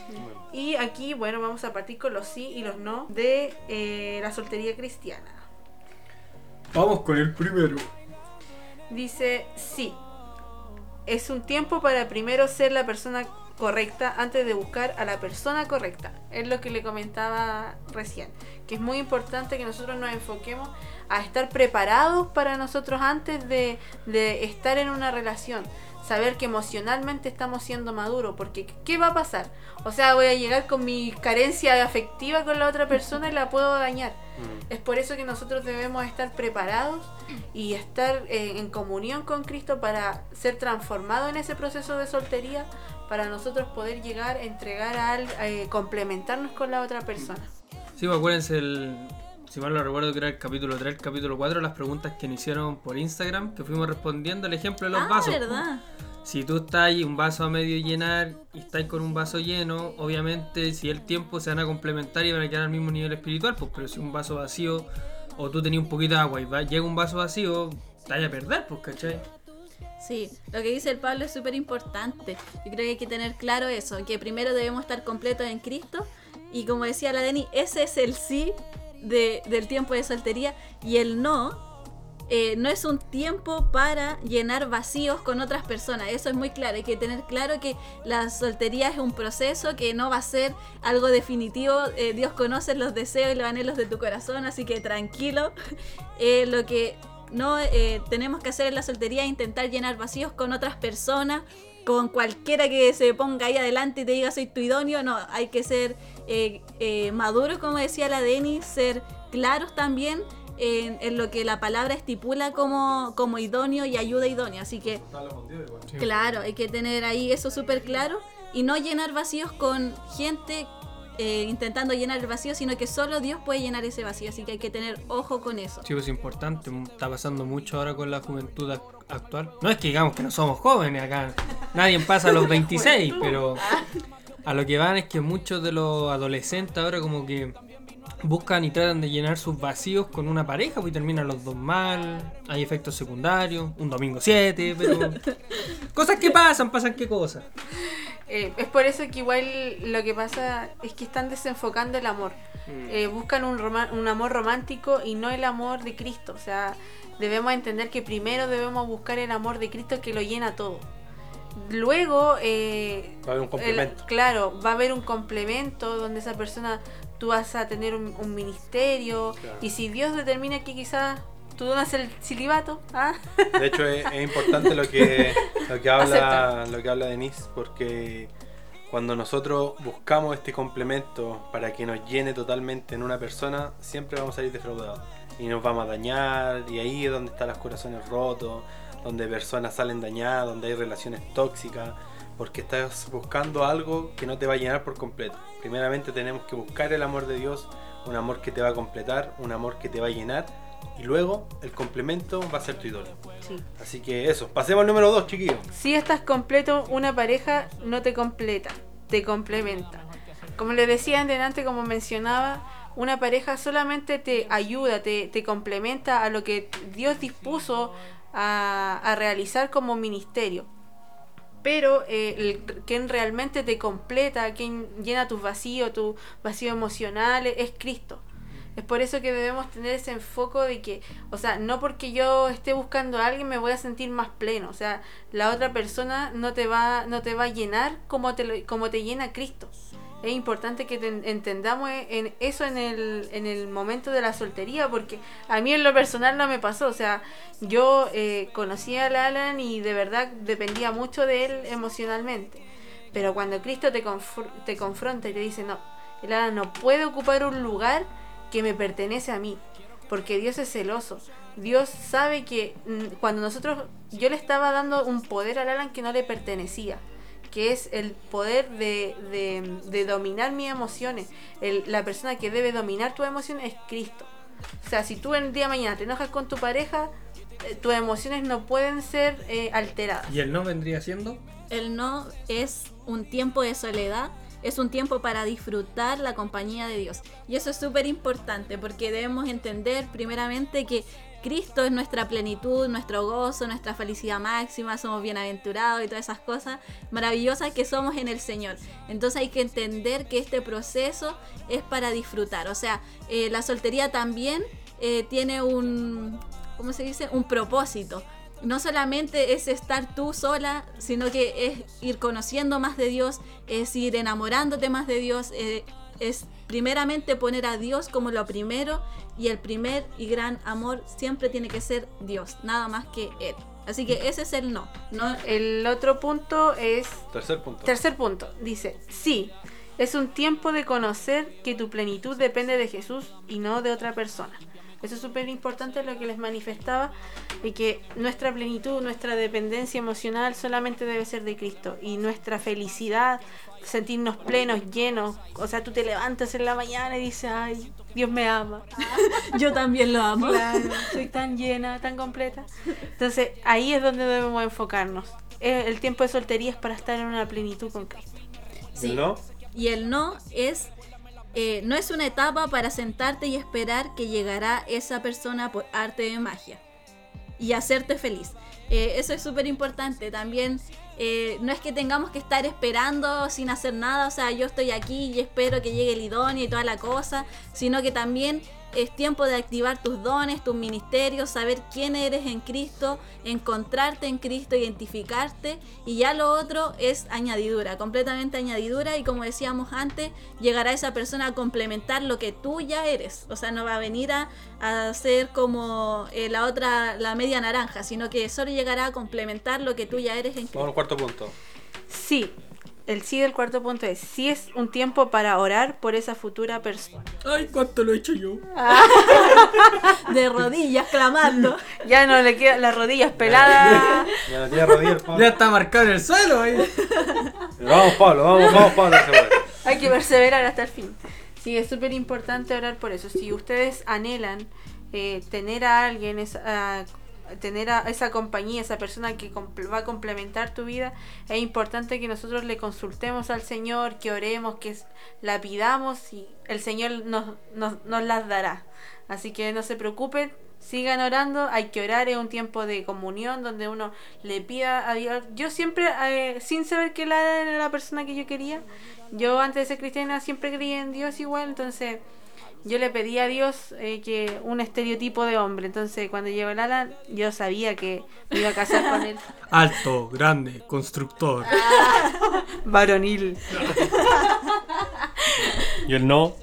Y aquí, bueno, vamos a partir con los sí y los no de eh, la soltería cristiana. Vamos con el primero. Dice, sí, es un tiempo para primero ser la persona correcta antes de buscar a la persona correcta. Es lo que le comentaba recién, que es muy importante que nosotros nos enfoquemos a estar preparados para nosotros antes de, de estar en una relación. Saber que emocionalmente estamos siendo maduros, porque ¿qué va a pasar? O sea, voy a llegar con mi carencia afectiva con la otra persona y la puedo dañar. Mm. Es por eso que nosotros debemos estar preparados y estar eh, en comunión con Cristo para ser transformados en ese proceso de soltería, para nosotros poder llegar a entregar a al- eh, complementarnos con la otra persona. Sí, pues acuérdense, el, si mal lo recuerdo que era el capítulo tres, el capítulo cuatro, las preguntas que nos hicieron por Instagram, que fuimos respondiendo el ejemplo de los Ah, vasos. verdad. Si tú estás ahí un vaso a medio llenar y estás con un vaso lleno, obviamente si el tiempo se van a complementar y van a quedar al mismo nivel espiritual, pues, pero si un vaso vacío o tú tenías un poquito de agua y va, llega un vaso vacío, te vas a perder, pues, ¿cachai? Sí, lo que dice el Pablo es súper importante. Yo creo que hay que tener claro eso, que primero debemos estar completos en Cristo. Y como decía la Deni, ese es el sí de, del tiempo de soltería. Y el no, eh, no es un tiempo para llenar vacíos con otras personas. Eso es muy claro. Hay que tener claro que la soltería es un proceso, que no va a ser algo definitivo. Eh, Dios conoce los deseos y los anhelos de tu corazón, así que tranquilo. Eh, lo que no eh, tenemos que hacer en la soltería es intentar llenar vacíos con otras personas, con cualquiera que se ponga ahí adelante y te diga soy tu idóneo. No, hay que ser eh, eh, maduros, como decía la Deni, ser claros también en, en lo que la palabra estipula como, como idóneo y ayuda idónea. Así que, Sí. claro, hay que tener ahí eso súper claro y no llenar vacíos con gente eh, intentando llenar el vacío, sino que solo Dios puede llenar ese vacío. Así que hay que tener ojo con eso. Sí, pues es importante, está pasando mucho ahora con la juventud ac- actual. No es que digamos que no somos jóvenes acá, nadie pasa a los veintiséis, pero a lo que van es que muchos de los adolescentes ahora como que buscan y tratan de llenar sus vacíos con una pareja, pues y terminan los dos mal, hay efectos secundarios, un domingo siete, pero cosas que pasan, pasan qué cosas. Eh, es por eso que igual lo que pasa es que están desenfocando el amor. Eh, buscan un, roma- un amor romántico y no el amor de Cristo. O sea, debemos entender que primero debemos buscar el amor de Cristo que lo llena todo. Luego, eh, Va a haber un complemento. el- claro, va a haber un complemento donde esa persona, tú vas a tener un, un ministerio. Claro. Y si Dios determina que quizás tú donas el celibato, ¿ah? De hecho, es, es importante lo que, lo que habla Acepta. lo que habla Denise, porque cuando nosotros buscamos este complemento para que nos llene totalmente en una persona, siempre vamos a salir defraudados y nos vamos a dañar, y ahí es donde están los corazones rotos, donde personas salen dañadas, donde hay relaciones tóxicas, porque estás buscando algo que no te va a llenar por completo. Primeramente tenemos que buscar el amor de Dios, un amor que te va a completar, un amor que te va a llenar, y luego el complemento va a ser tu ídolo. Sí. Así que eso, pasemos al número dos, chiquillos. Si estás completo, una pareja no te completa, te complementa. Como les decía antes, como mencionaba, una pareja solamente te ayuda, te, te complementa a lo que Dios dispuso a, a realizar como ministerio. Pero eh, el, quien realmente te completa, quien llena tus vacíos, tus vacíos emocionales, es Cristo. Es por eso que debemos tener ese enfoque de que, o sea, no porque yo esté buscando a alguien me voy a sentir más pleno. O sea, la otra persona no te va, no te va a llenar como te, lo- como te llena Cristo. Es importante que te- entendamos en eso en el, en el momento de la soltería, porque a mí en lo personal no me pasó. O sea, yo eh, conocí al Alan y de verdad dependía mucho de él emocionalmente. Pero cuando Cristo te, confr- te confronta y te dice, no, el Alan no puede ocupar un lugar que me pertenece a mí, porque Dios es celoso. Dios sabe que mm, cuando nosotros, yo le estaba dando un poder al Alan que no le pertenecía, que es el poder de, de, de dominar mis emociones. El, la persona que debe dominar tus emociones es Cristo. O sea, si tú el día de mañana te enojas con tu pareja, eh, tus emociones no pueden ser eh, alteradas. ¿Y el no vendría siendo? el no es un tiempo de soledad, es un tiempo para disfrutar la compañía de Dios. Y eso es súper importante porque debemos entender primeramente que Cristo es nuestra plenitud, nuestro gozo, nuestra felicidad máxima, somos bienaventurados y todas esas cosas maravillosas que somos en el Señor. Entonces hay que entender que este proceso es para disfrutar. O sea, eh, la soltería también eh, tiene un, ¿cómo se dice? Un propósito. No solamente es estar tú sola, sino que es ir conociendo más de Dios, es ir enamorándote más de Dios, eh, es primeramente poner a Dios como lo primero, y el primer y gran amor siempre tiene que ser Dios, nada más que Él. Así que ese es el no. no El otro punto es... Tercer punto. Tercer punto. Dice, sí, es un tiempo de conocer que tu plenitud depende de Jesús y no de otra persona. Eso es súper importante lo que les manifestaba, y que nuestra plenitud, nuestra dependencia emocional solamente debe ser de Cristo, y nuestra felicidad, sentirnos plenos, llenos. O sea, tú te levantas en la mañana y dices, ay, Dios me ama. Yo también lo amo. Claro, soy tan llena, tan completa. Entonces, ahí es donde debemos enfocarnos. El tiempo de soltería es para estar en una plenitud con Cristo. Sí. ¿No? Y el no es... Eh, no es una etapa para sentarte y esperar que llegará esa persona por arte de magia y hacerte feliz. Eh, eso es súper importante. También eh, no es que tengamos que estar esperando sin hacer nada, o sea, yo estoy aquí y espero que llegue el idóneo y toda la cosa, sino que también es tiempo de activar tus dones, tus ministerios, saber quién eres en Cristo, encontrarte en Cristo, identificarte, y ya lo otro es añadidura, completamente añadidura. Y como decíamos antes, llegará esa persona a complementar lo que tú ya eres. O sea, no va a venir a, a ser como eh, la otra, la media naranja, sino que solo llegará a complementar lo que tú ya eres en Cristo. Vamos al cuarto punto. Sí, el sí del cuarto punto es, sí es un tiempo para orar por esa futura persona. Ay, cuánto lo he hecho yo. De rodillas, clamando. Ya no le quedan las rodillas peladas. Ya no tiene rodillas, Pablo. Ya está marcado en el suelo ahí. Vamos, Pablo, vamos, vamos, Pablo. ese güey. Hay que perseverar hasta el fin. Sí, es súper importante orar por eso. Si ustedes anhelan eh, tener a alguien, esa, uh, tener a esa compañía, esa persona que va a complementar tu vida, es importante que nosotros le consultemos al Señor, que oremos, que la pidamos, y el Señor nos, nos, nos las dará. Así que no se preocupen, sigan orando. Hay que orar, es un tiempo de comunión donde uno le pida a Dios. Yo siempre, eh, sin saber que la era la persona que yo quería, yo antes de ser cristiana siempre creía en Dios igual, entonces yo le pedí a Dios eh, que un estereotipo de hombre. Entonces cuando llegó el Alan, yo sabía que me iba a casar con él. Alto, grande, constructor. Varonil. Y el no.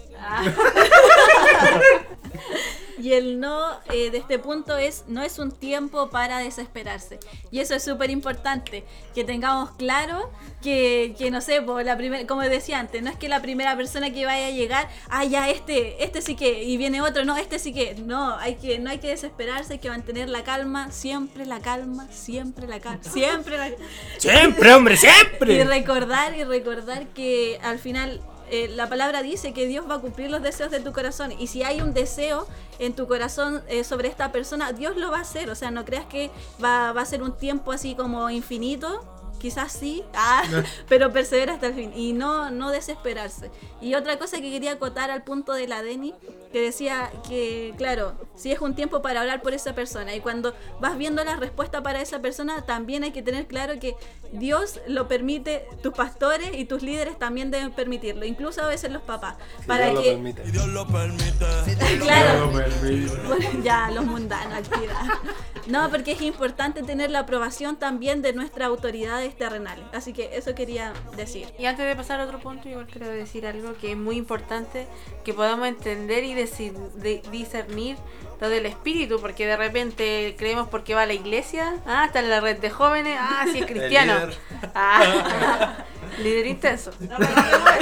Y el no eh, de este punto es, no es un tiempo para desesperarse. Y eso es súper importante, que tengamos claro que, que no sé, por la primer, como decía antes, no es que la primera persona que vaya a llegar, ah, ya este, este sí que, y viene otro, no, este sí que, no, hay que, no hay que desesperarse, hay que mantener la calma, siempre la calma, siempre la calma, siempre la Siempre, hombre, Y siempre. recordar, y recordar que al final eh, la palabra dice que Dios va a cumplir los deseos de tu corazón. Y si hay un deseo en tu corazón eh, sobre esta persona, Dios lo va a hacer. O sea, no creas que va, va a ser un tiempo así como infinito. Quizás sí, ah, pero persevera hasta el fin y no, no desesperarse. Y otra cosa que quería acotar al punto de la Deni, que decía que, claro, sí es un tiempo para orar por esa persona, y cuando vas viendo la respuesta para esa persona, también hay que tener claro que Dios lo permite, tus pastores y tus líderes también deben permitirlo, incluso a veces los papás, Si para Dios lo que... permite. Dios lo permite. Claro. Bueno, ya, los mundanos, actividad. No, porque es importante tener la aprobación también de nuestras autoridades terrenales. Así que eso quería decir. Y antes de pasar a otro punto, igual quiero decir algo que es muy importante, que podamos entender y decir, de, discernir lo del espíritu, porque de repente creemos porque va a la iglesia, ah, está en la red de jóvenes, ah, sí es cristiano. El líder. Ah, líder intenso. No, pero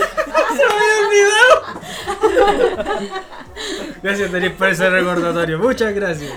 Gracias, Denis, por ese recordatorio. Muchas gracias.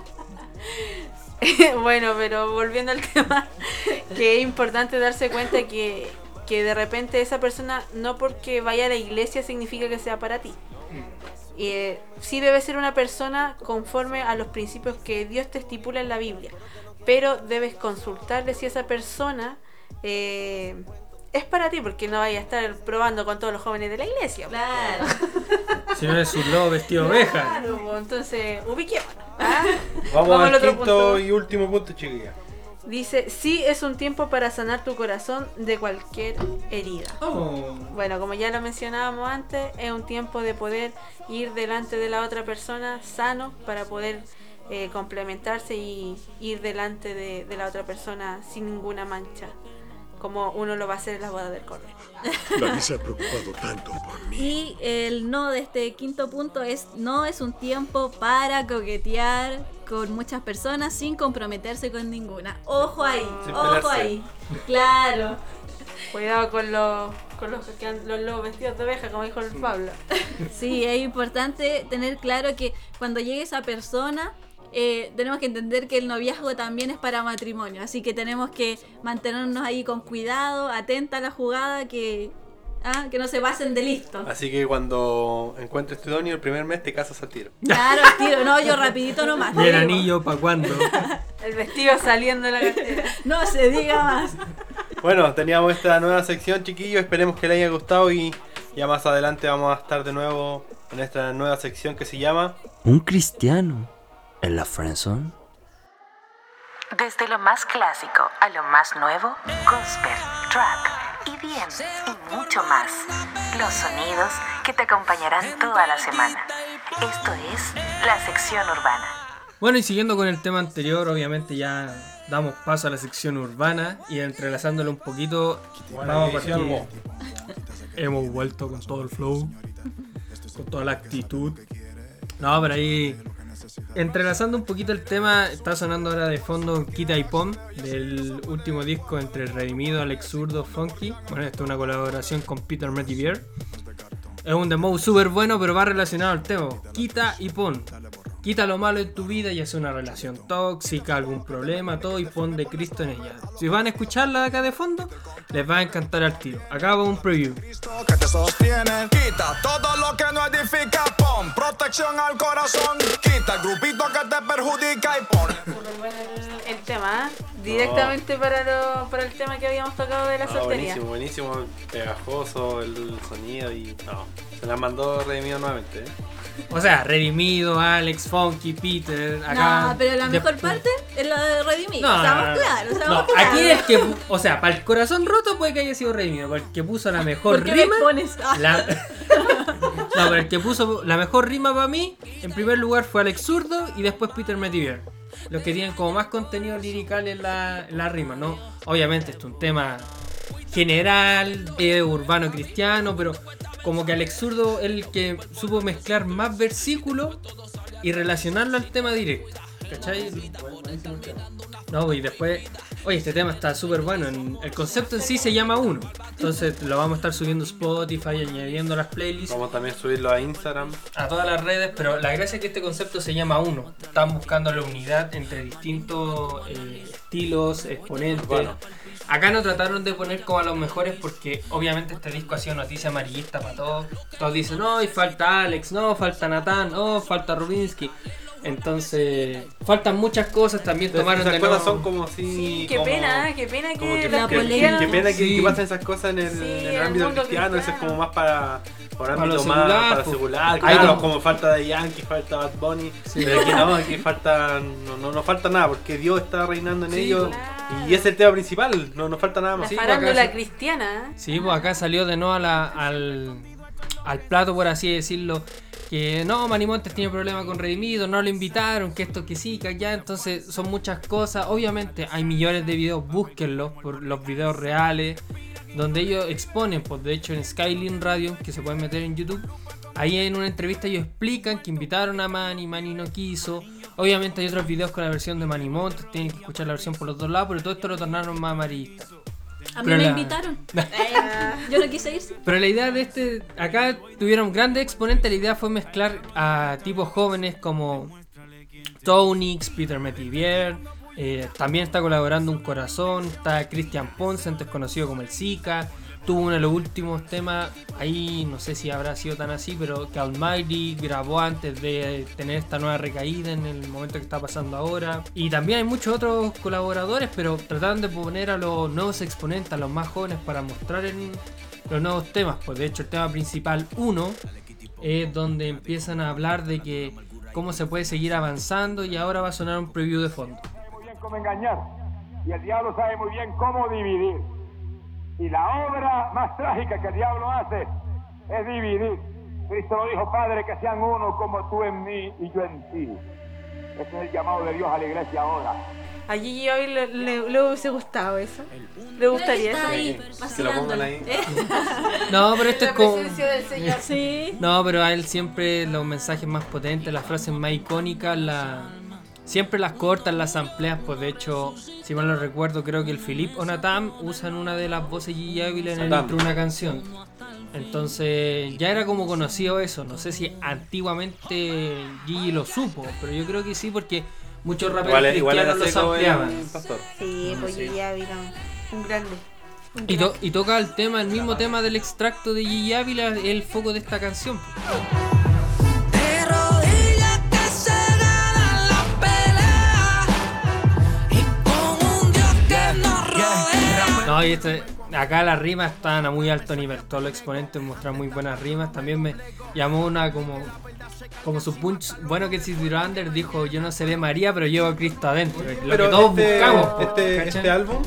bueno, pero volviendo al tema, que es importante darse cuenta que, que de repente esa persona, no porque vaya a la iglesia significa que sea para ti. Eh, sí debe ser una persona conforme a los principios que Dios te estipula en la Biblia, pero debes consultarle si esa persona eh, es para ti, porque no vayas a estar probando con todos los jóvenes de la iglesia. Claro. Si no es un lobo vestido de oveja. Claro, pues, entonces ubiquémonos. ¿ah? Vamos, Vamos al al otro quinto punto. y último punto, chiquilla. Dice, sí es un tiempo para sanar tu corazón de cualquier herida. Oh. Bueno, como ya lo mencionábamos antes, es un tiempo de poder ir delante de la otra persona sano para poder eh, complementarse y ir delante de, de la otra persona sin ninguna mancha, como uno lo va a hacer en la boda del Cordero. Nadie se ha preocupado tanto por mí. Y el no de este quinto punto es: no es un tiempo para coquetear con muchas personas sin comprometerse con ninguna. Ojo ahí, Sin ojo pelarse. ahí. Claro. Cuidado con los, con los, que han- los lobos vestidos de oveja, como dijo el Pablo. Sí, es importante tener claro que cuando llegue esa persona, eh, tenemos que entender que el noviazgo también es para matrimonio. Así que tenemos que mantenernos ahí con cuidado, atenta a la jugada, que, ah, que no se pasen de listos. Así que cuando encuentres tu idóneo el primer mes te casas al tiro. Claro, al tiro. No, yo rapidito nomás. ¿Y el te digo. anillo para cuándo? El vestido saliendo de la cartera. No se diga más. Bueno, teníamos esta nueva sección, chiquillos. Esperemos que les haya gustado y ya más adelante vamos a estar de nuevo en esta nueva sección que se llama ¿Un cristiano en la friendzone? Desde lo más clásico a lo más nuevo, gospel, trap, E D M y mucho más. Los sonidos que te acompañarán toda la semana. Esto es la sección urbana. Bueno, y siguiendo con el tema anterior, obviamente ya damos paso a la sección urbana y entrelazándolo un poquito, vamos a partir. Hemos vuelto con todo el flow, con toda la actitud. No, pero ahí, entrelazando un poquito el tema, está sonando ahora de fondo Kita y Pom, del último disco entre Redimido, Alex Zurdo, Funky. Bueno, esto es una colaboración con Peter Metivier. Es un demo súper bueno, pero va relacionado al tema. Quita y pon. Quita lo malo en tu vida, ya sea una relación tóxica, algún problema, todo, y pon de Cristo en ella. Si van a escucharla de acá de fondo, les va a encantar al tiro. Acá va un preview. Que te sostiene, quita todo lo que no edifica, pon protección al corazón, quita el grupito que te perjudica y pon. Súper bueno el, el tema, ¿eh? Directamente para, lo, para el tema que habíamos tocado de la Ah, soltería. buenísimo, buenísimo, pegajoso el sonido y no, se la mandó redimido nuevamente, ¿eh? O sea, Redimido, Alex, Funky, Peter, acá... No, pero la mejor de- parte es la de Redimido. No, Estamos no, no. claros, estamos No, claros. aquí el que... pu- O sea, para el corazón roto puede que haya sido Redimido, para el que puso la mejor ¿Por qué me rima... pones? Ah. La... No, pero el que puso la mejor rima para mí, en primer lugar fue Alex Zurdo y después Peter Metivier. Los que tienen como más contenido lirical en la, en la rima, ¿no? Obviamente esto es un tema general, eh, urbano cristiano, pero como que Alex Zurdo es el que supo mezclar más versículos y relacionarlo al tema directo. ¿Cachai? No, y después, oye, este tema está súper bueno. en- El concepto en sí se llama Uno. Entonces lo vamos a estar subiendo a Spotify, añadiendo las playlists, Vamos también a subirlo a Instagram. a todas las redes. Pero la gracia es que este concepto se llama Uno. Están buscando la unidad entre distintos eh, estilos, exponentes. Bueno. Acá no trataron de poner como a los mejores porque obviamente este disco ha sido noticia amarillista para todos. Todos dicen, no, y falta Alex, no, falta Natán, no, falta Rubinsky. Entonces, faltan muchas cosas. También tomaron Esas de cosas nuevo... son como si... Sí, qué como- pena, ¿eh? qué pena como que, que, la los que- polémica. que pena que, Sí. que pasen esas cosas en el, Sí, en el en el ámbito mundo cristiano. Eso es cristiano. como más para, para Para ámbito lo más secular, para pues. secular, Ahí claro, no. como falta de Yankee, falta Bad Bunny, Sí. pero aquí no, aquí falta, no, no, no falta nada, porque Dios está reinando en Sí, ellos claro. y es el tema principal, no nos falta nada La más. Sí, farándula acá sí. cristiana, ¿eh? Sí, pues acá salió de nuevo a la- al, al plato, por así decirlo, que no, Manny Montes tiene problemas con Redimido, no lo invitaron, que esto, que sí, que allá, entonces son muchas cosas. Obviamente hay millones de videos, búsquenlos por los videos reales, donde ellos exponen, pues de hecho en Skylin Radio, que se pueden meter en YouTube, ahí en una entrevista ellos explican que invitaron a Manny, Manny no quiso. Obviamente hay otros videos con la versión de Manny Montes, tienen que escuchar la versión por los dos lados, pero todo esto lo tornaron más amarillista. A mí Pero me la- invitaron. Eh, yo no quise ir. Pero la idea de este, acá tuvieron grandes exponentes, la idea fue mezclar a tipos jóvenes como Tonix, Peter Metivier, eh, también está colaborando Un Corazón, está Cristian Ponce, antes conocido como el Zika, tuvo uno de los últimos temas, ahí no sé si habrá sido tan así, pero que Almighty grabó antes de tener esta nueva recaída en el momento que está pasando ahora. Y también hay muchos otros colaboradores, pero trataron de poner a los nuevos exponentes, a los más jóvenes, para mostrar en los nuevos temas. Pues de hecho el tema principal uno es donde empiezan a hablar de que cómo se puede seguir avanzando, y ahora va a sonar un preview de fondo. Muy bien cómo engañar, y el diablo sabe muy bien cómo dividir. Y la obra más trágica que el diablo hace es dividir. Cristo lo dijo: Padre, que sean uno como tú en mí y yo en ti. Ese es el llamado de Dios a la iglesia ahora. A Gigi hoy le, le, le hubiese gustado eso. Le gustaría Está eso. ahí, Que lo pongan ahí. No, pero esto es La como... presencia del Señor. Sí. No, pero a él siempre los mensajes más potentes, las frases más icónicas, la... siempre las cortan, las amplias. Pues de hecho, si mal no recuerdo, creo que el Philip o Natam usan una de las voces de Gigi Ávila en el Natam. intro de una canción. Entonces ya era como conocido eso. No sé si antiguamente Gigi lo supo, pero yo creo que sí, porque muchos raperos Igual, igual era cristianos los seco ampliaban. el pastor. Sí, pues Gigi Ávila, un grande. Un Y, to- crack. y toca el tema, el mismo tema del extracto de Gigi Ávila, el foco de esta canción. De rodillas que se gana la pelea y con un Dios que nos rodea. No, y este, acá las rimas están a muy alto nivel. Todos los exponentes muestran muy buenas rimas. También me llamó una como como su punch. Bueno, que si Under dijo: yo no seré María, pero llevo a Cristo adentro. Lo Pero que todos este, buscamos. po, este, ¿cachai? este álbum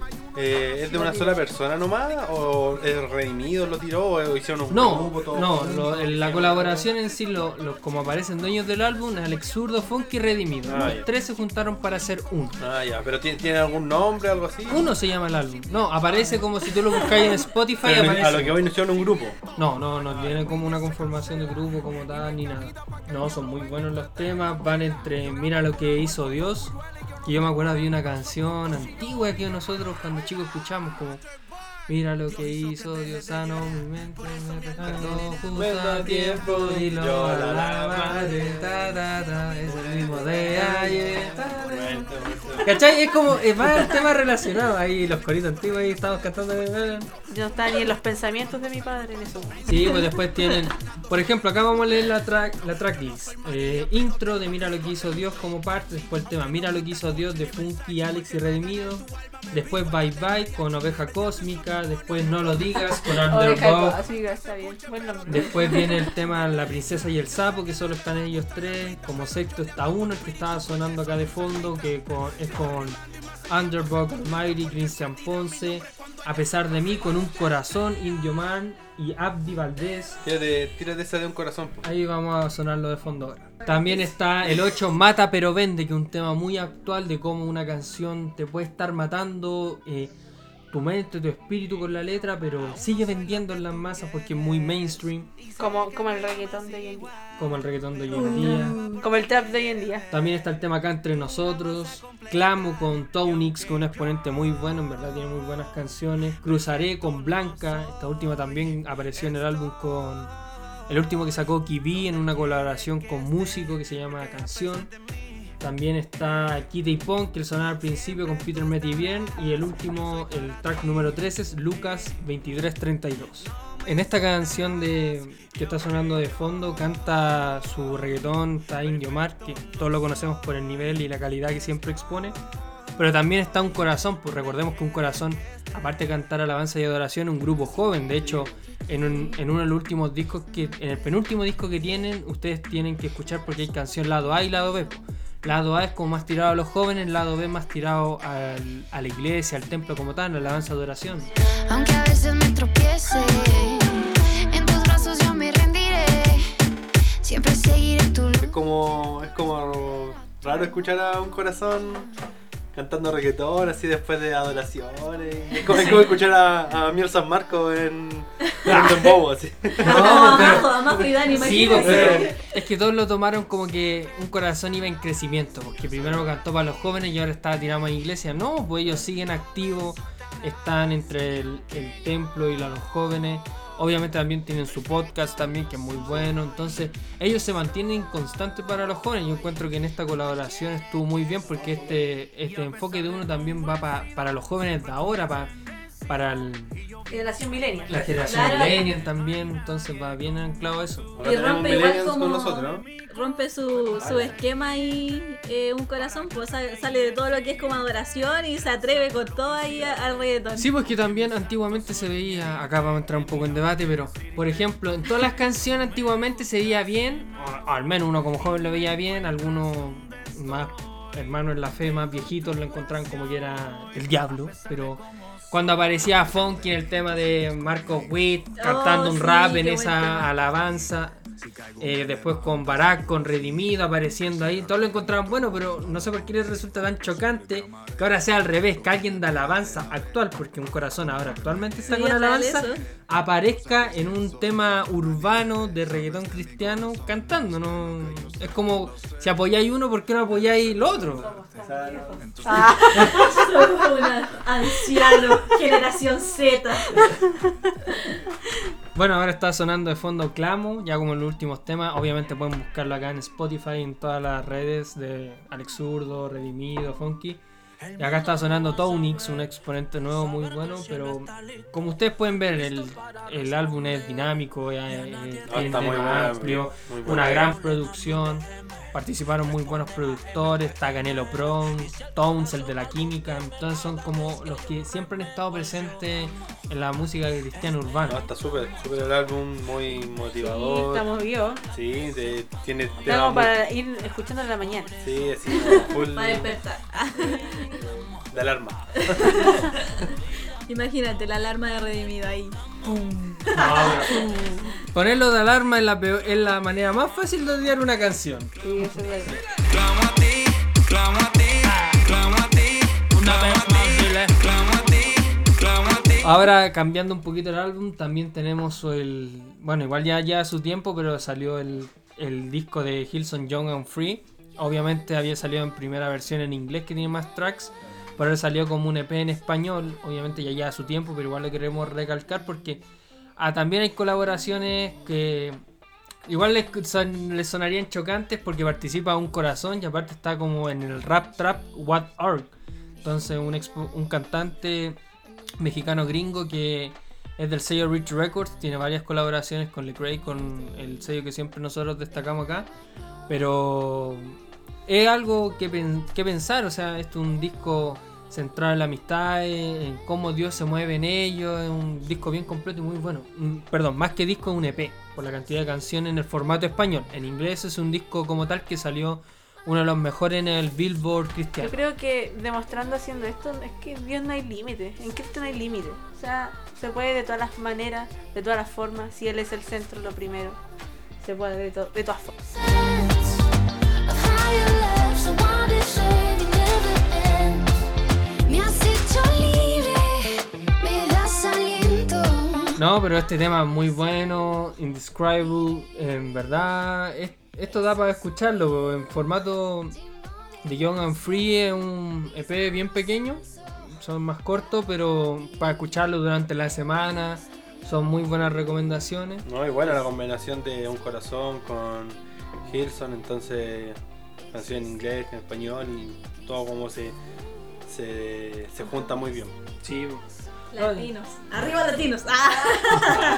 eh, ¿es de una sola persona nomás? ¿O el Redimido lo tiró? ¿O hicieron un No, grupo? Todo no, lo- en la colaboración en sí, lo, lo- como aparecen dueños del álbum, Alex Zurdo, Funky y Redimido. Ah, Los ya. tres se juntaron para hacer uno. Ah, ya, pero ¿tiene, ¿tiene algún nombre, algo así? Uno se llama el álbum. No, aparece como si tú lo buscáis en Spotify. Pero Aparece. a lo que hoy no hicieron un grupo. No, no, no tiene como una conformación de grupo como tal ni nada. No, son muy buenos los temas, van entre Mira lo que hizo Dios, que yo me acuerdo había una canción antigua que nosotros cuando chicos escuchamos como Mira lo que hizo Dios, sano mi mente, me rescató justo a tiempo y lo Yo la alabaré, ta, ta, ta, es el mismo de ayer. ta, ta. Bueno, bueno. ¿Cachai? Es como, es más el tema relacionado ahí, los coritos antiguos ahí estamos cantando. No está ni en los pensamientos de mi padre en eso. Sí, pues después tienen, por ejemplo, acá vamos a leer la track, la tracklist. Eh, intro de Mira lo que hizo Dios como parte, después el tema Mira lo que hizo Dios de Funky, Alex y Redimido, después Bye Bye con Oveja Cósmica, después No lo digas con Oveja Underdog, cósmica, está bien. Buen nombre. después viene el tema La princesa y el sapo, que solo están ellos tres, como sexto está uno, el que estaba sonando acá de fondo, que con, es con Underdog, Almighty, Cristian Ponce, A pesar de mí, con un corazón, Indio Man y Abdi Valdés. Tírate, tírate esa de un corazón. po. Ahí vamos a sonarlo de fondo ahora. También está el ocho Mata pero vende, que es un tema muy actual de cómo una canción te puede estar matando eh, tu mente, tu espíritu con la letra, pero sigue vendiendo en las masas porque es muy mainstream, Como, como el reggaetón de hoy en día. como el reggaetón de hoy en día. Como el trap de hoy en día. También está el tema Acá entre nosotros, Clamo con Tonix, que es un exponente muy bueno, en verdad tiene muy buenas canciones. Cruzaré con Blanca, esta última también apareció en el álbum con el último que sacó Kibi en una colaboración con Músico que se llama Canción. También está Kita y Pon, que sonaba al principio con Peter Metibien, y el último, el track número tres es Lucas veintitrés treinta y dos. En esta canción de que está sonando de fondo canta su reggaetón, está Indio Mar, que todos lo conocemos por el nivel y la calidad que siempre expone. Pero también está Un Corazón, pues recordemos que Un Corazón, aparte de cantar alabanza y adoración, es un grupo joven. De hecho, en, un, en uno de los últimos discos, que en el penúltimo disco que tienen, ustedes tienen que escuchar porque hay canción lado A y lado B. Lado A es como más tirado a los jóvenes, lado B más tirado al, a la iglesia, al templo como tal, a la alabanza y adoración. Aunque a veces me tropiece, en tus brazos yo me rendiré. Siempre seguiré tu luz. Es como, es como raro escuchar a un corazón cantando reggaetón así después de adoraciones. Es como, es como escuchar a, a Miel San Marco en, en Bobo así. No, pero- Amajo y Dani, Sí, pues, imagínate. pero es que todos lo tomaron como que Un Corazón iba en crecimiento, porque primero cantó para los jóvenes y ahora está tirado a la iglesia. No, pues ellos siguen activos, están entre el, el templo y la- los jóvenes. Obviamente también tienen su podcast también, que es muy bueno. Entonces ellos se mantienen constantes para los jóvenes. Yo encuentro que en esta colaboración estuvo muy bien, porque este, este enfoque de uno también va pa- para los jóvenes de ahora, para para el, Generación Millennial. la generación Claro. millennial también, entonces va bien anclado eso. Ahora Y tenemos rompe igual millennials como con nosotros, ¿no? rompe su, su esquema y eh, un corazón, pues sale, sale de todo lo que es como adoración y se atreve con todo ahí a- al reggaetón. Sí, pues que también antiguamente se veía, acá vamos a entrar un poco en debate, pero por ejemplo, en todas las canciones antiguamente se veía bien, o, o al menos uno como joven lo veía bien, algunos más hermanos en la fe, más viejitos lo encontraban como que era el diablo, pero cuando aparecía Funky en el tema de Marcos Witt cantando un sí, rap qué en buen esa tema. alabanza, eh, después con Barack, con Redimido apareciendo ahí, todos lo encontraban bueno, pero no sé por qué les resulta tan chocante que ahora sea al revés, que alguien de alabanza actual, porque un corazón ahora actualmente está Sí, con es real alabanza, eso. aparezca en un tema urbano de reggaetón cristiano cantando, ¿no? Es como, si apoyáis uno, ¿por qué no apoyáis lo otro? Somos una anciano, generación Z. Bueno, ahora está sonando de fondo Clamo, ya como en los últimos temas. Obviamente pueden buscarlo acá en Spotify, en todas las redes de Alex Zurdo, Redimido, Funky. Y acá está sonando Tonix, un exponente nuevo muy bueno, pero como ustedes pueden ver, el, el álbum es dinámico, es, es- Ah, tiene está muy tema bueno, amplio, muy bueno. una gran producción. Participaron muy buenos productores, está Canelo Pron, Tones, el de la química, entonces son como los que siempre han estado presentes en la música cristiana No, urbana. está súper, súper el álbum, muy Sí, motivador. estamos vivos. Sí, de- tiene Está temas como muy- para ir escuchando en la mañana. Sí, así como full Para despertar. de alarma. Imagínate la alarma de Redimido ahí. Ponerlo de alarma es la, peor- es la manera más fácil de odiar una canción. Sí, eso es verdad. Clamo a ti, clamo a ti, clamo a ti, Una vez más, dile. clamo a ti, clamo a ti. Ahora, cambiando un poquito el álbum, también tenemos el... Bueno, igual ya ya su tiempo, pero salió el, el disco de Hillsong Young and Free. Obviamente había salido en primera versión en inglés, que tiene más tracks. Pero ahora salió como un E P en español. Obviamente ya ya su tiempo, pero igual lo queremos recalcar porque ah, también hay colaboraciones que... Igual les, son- les sonarían chocantes porque participa Un Corazón y aparte está como en el rap trap What Org. Entonces un, expo- un cantante mexicano gringo que es del sello Rich Records, tiene varias colaboraciones con Lecrae, con el sello que siempre nosotros destacamos acá. Pero es algo que, pen- que pensar, o sea, esto es un disco centrado en la amistad, en cómo Dios se mueve en ello, es un disco bien completo y muy bueno. Mm, Perdón, más que disco es un E P, por la cantidad de canciones en el formato español. En inglés es un disco como tal que salió uno de los mejores en el Billboard Yo cristiano. creo que demostrando haciendo esto es que en Dios no hay límite, en Cristo no hay límite. O sea, se puede de todas las maneras, de todas las formas, si Él es el centro, lo primero. Se puede de, to- de todas formas. Of higher love, so why deserve you never end? Me has hecho libre, me das aliento. No, pero este tema es muy bueno, indescribable, en verdad, es- esto da para escucharlo en formato de Young and Free, es un E P bien pequeño, son más cortos, pero para escucharlo durante la semana son muy buenas recomendaciones. No, y bueno, la combinación de Un Corazón con Hillsong, entonces canción en inglés, en español y todo como se, se, se junta muy bien. Sí, Latinos. Arriba latinos. Ah.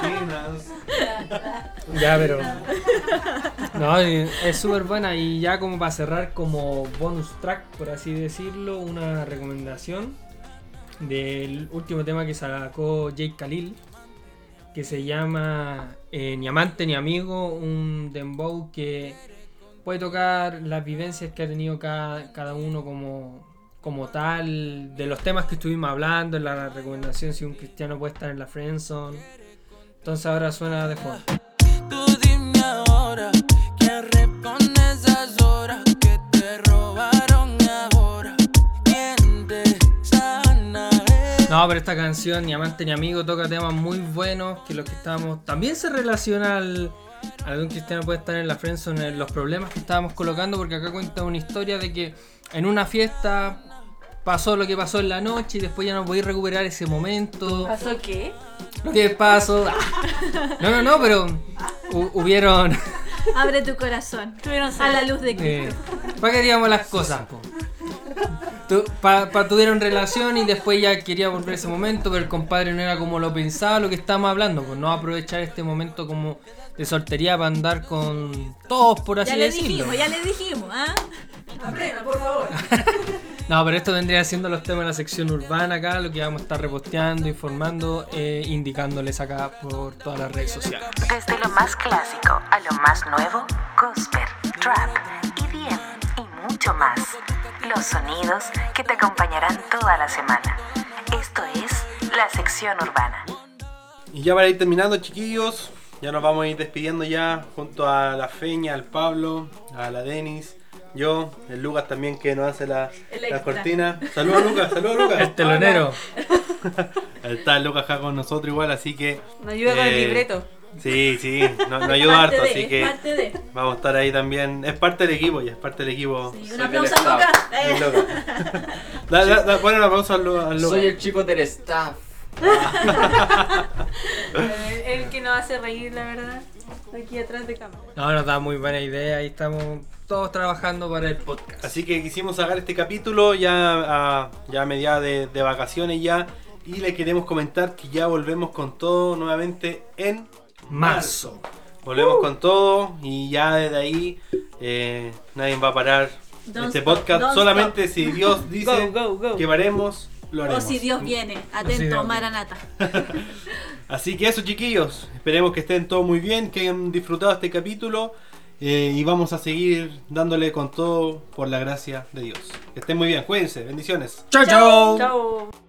ya, pero... No, y es súper buena y ya como para cerrar como bonus track, por así decirlo, una recomendación del último tema que sacó Jake Khalil, que se llama eh, Ni Amante ni Amigo, un dembow que puede tocar las vivencias que ha tenido cada, cada uno como, como tal, de los temas que estuvimos hablando, en la recomendación si un cristiano puede estar en la friendzone. Entonces ahora suena de fondo. Tú dime ahora, ¿quién responde esas horas que te robaron ahora? ¿Quién te sana? No, pero esta canción, Ni Amante ni Amigo, toca temas muy buenos, que los que estábamos... También se relaciona al... Algún cristiano puede estar en la friendzone, en los problemas que estábamos colocando, porque acá cuenta una historia de que en una fiesta pasó lo que pasó en la noche y después ya no podéis recuperar ese momento. ¿Pasó qué? Lo que pasó... No, no, no, pero hu- hubieron... Abre tu corazón Tuvieron a la luz de Cristo. Eh, ¿Para qué digamos las cosas? Po? Tu, pa, pa tuvieron relación y después ya quería volver a ese momento, pero el compadre no era como lo pensaba, lo que estábamos hablando, pues no aprovechar este momento como de soltería para andar con todos, por así Ya le decirlo. dijimos, ya le dijimos, ¿ah? Aprenda, por favor. No, pero esto vendría siendo los temas de la sección urbana acá, lo que vamos a estar reposteando, informando, eh, indicándoles acá por todas las redes sociales. Desde lo más clásico a lo más nuevo, gospel, trap, E D M y mucho más. Los sonidos que te acompañarán toda la semana. Esto es la sección urbana. Y ya para ir terminando, chiquillos, ya nos vamos a ir despidiendo ya junto a la Feña, al Pablo, a la Denis, yo, el Lucas también que nos hace la, la cortina. Saludos Lucas, saludos Lucas. El telonero. Está el Lucas acá con nosotros igual, así que... Nos ayuda con el libreto. Sí, sí, nos, nos ayuda Parte harto, de, así es que parte de. vamos a estar ahí también. Es parte del equipo ya, es parte del equipo. Sí, Soy un del aplauso a staff. Lucas. del Eh. Lucas. Da, da, da, pon un aplauso al, Lu- al Lucas. Soy el chico del staff. El, el que nos hace reír, la verdad. Aquí atrás de cámara. No, nos da muy buena idea y estamos todos trabajando para el podcast. Así que quisimos sacar este capítulo ya a, ya a mediados de, de vacaciones ya. Y le queremos comentar que ya volvemos con todo nuevamente en Marzo. Volvemos con todo y ya desde ahí eh, nadie va a parar Don't este stop, podcast. don't Solamente stop. si Dios dice Go, go, go. que paremos, lo O haremos. si Dios viene, si atento, Dios Maranata. Así que eso, chiquillos. Esperemos que estén todos muy bien, que hayan disfrutado este capítulo. eh, y vamos a seguir dándole con todo por la gracia de Dios. Que estén muy bien, cuídense, bendiciones. Chao, chao. Chao.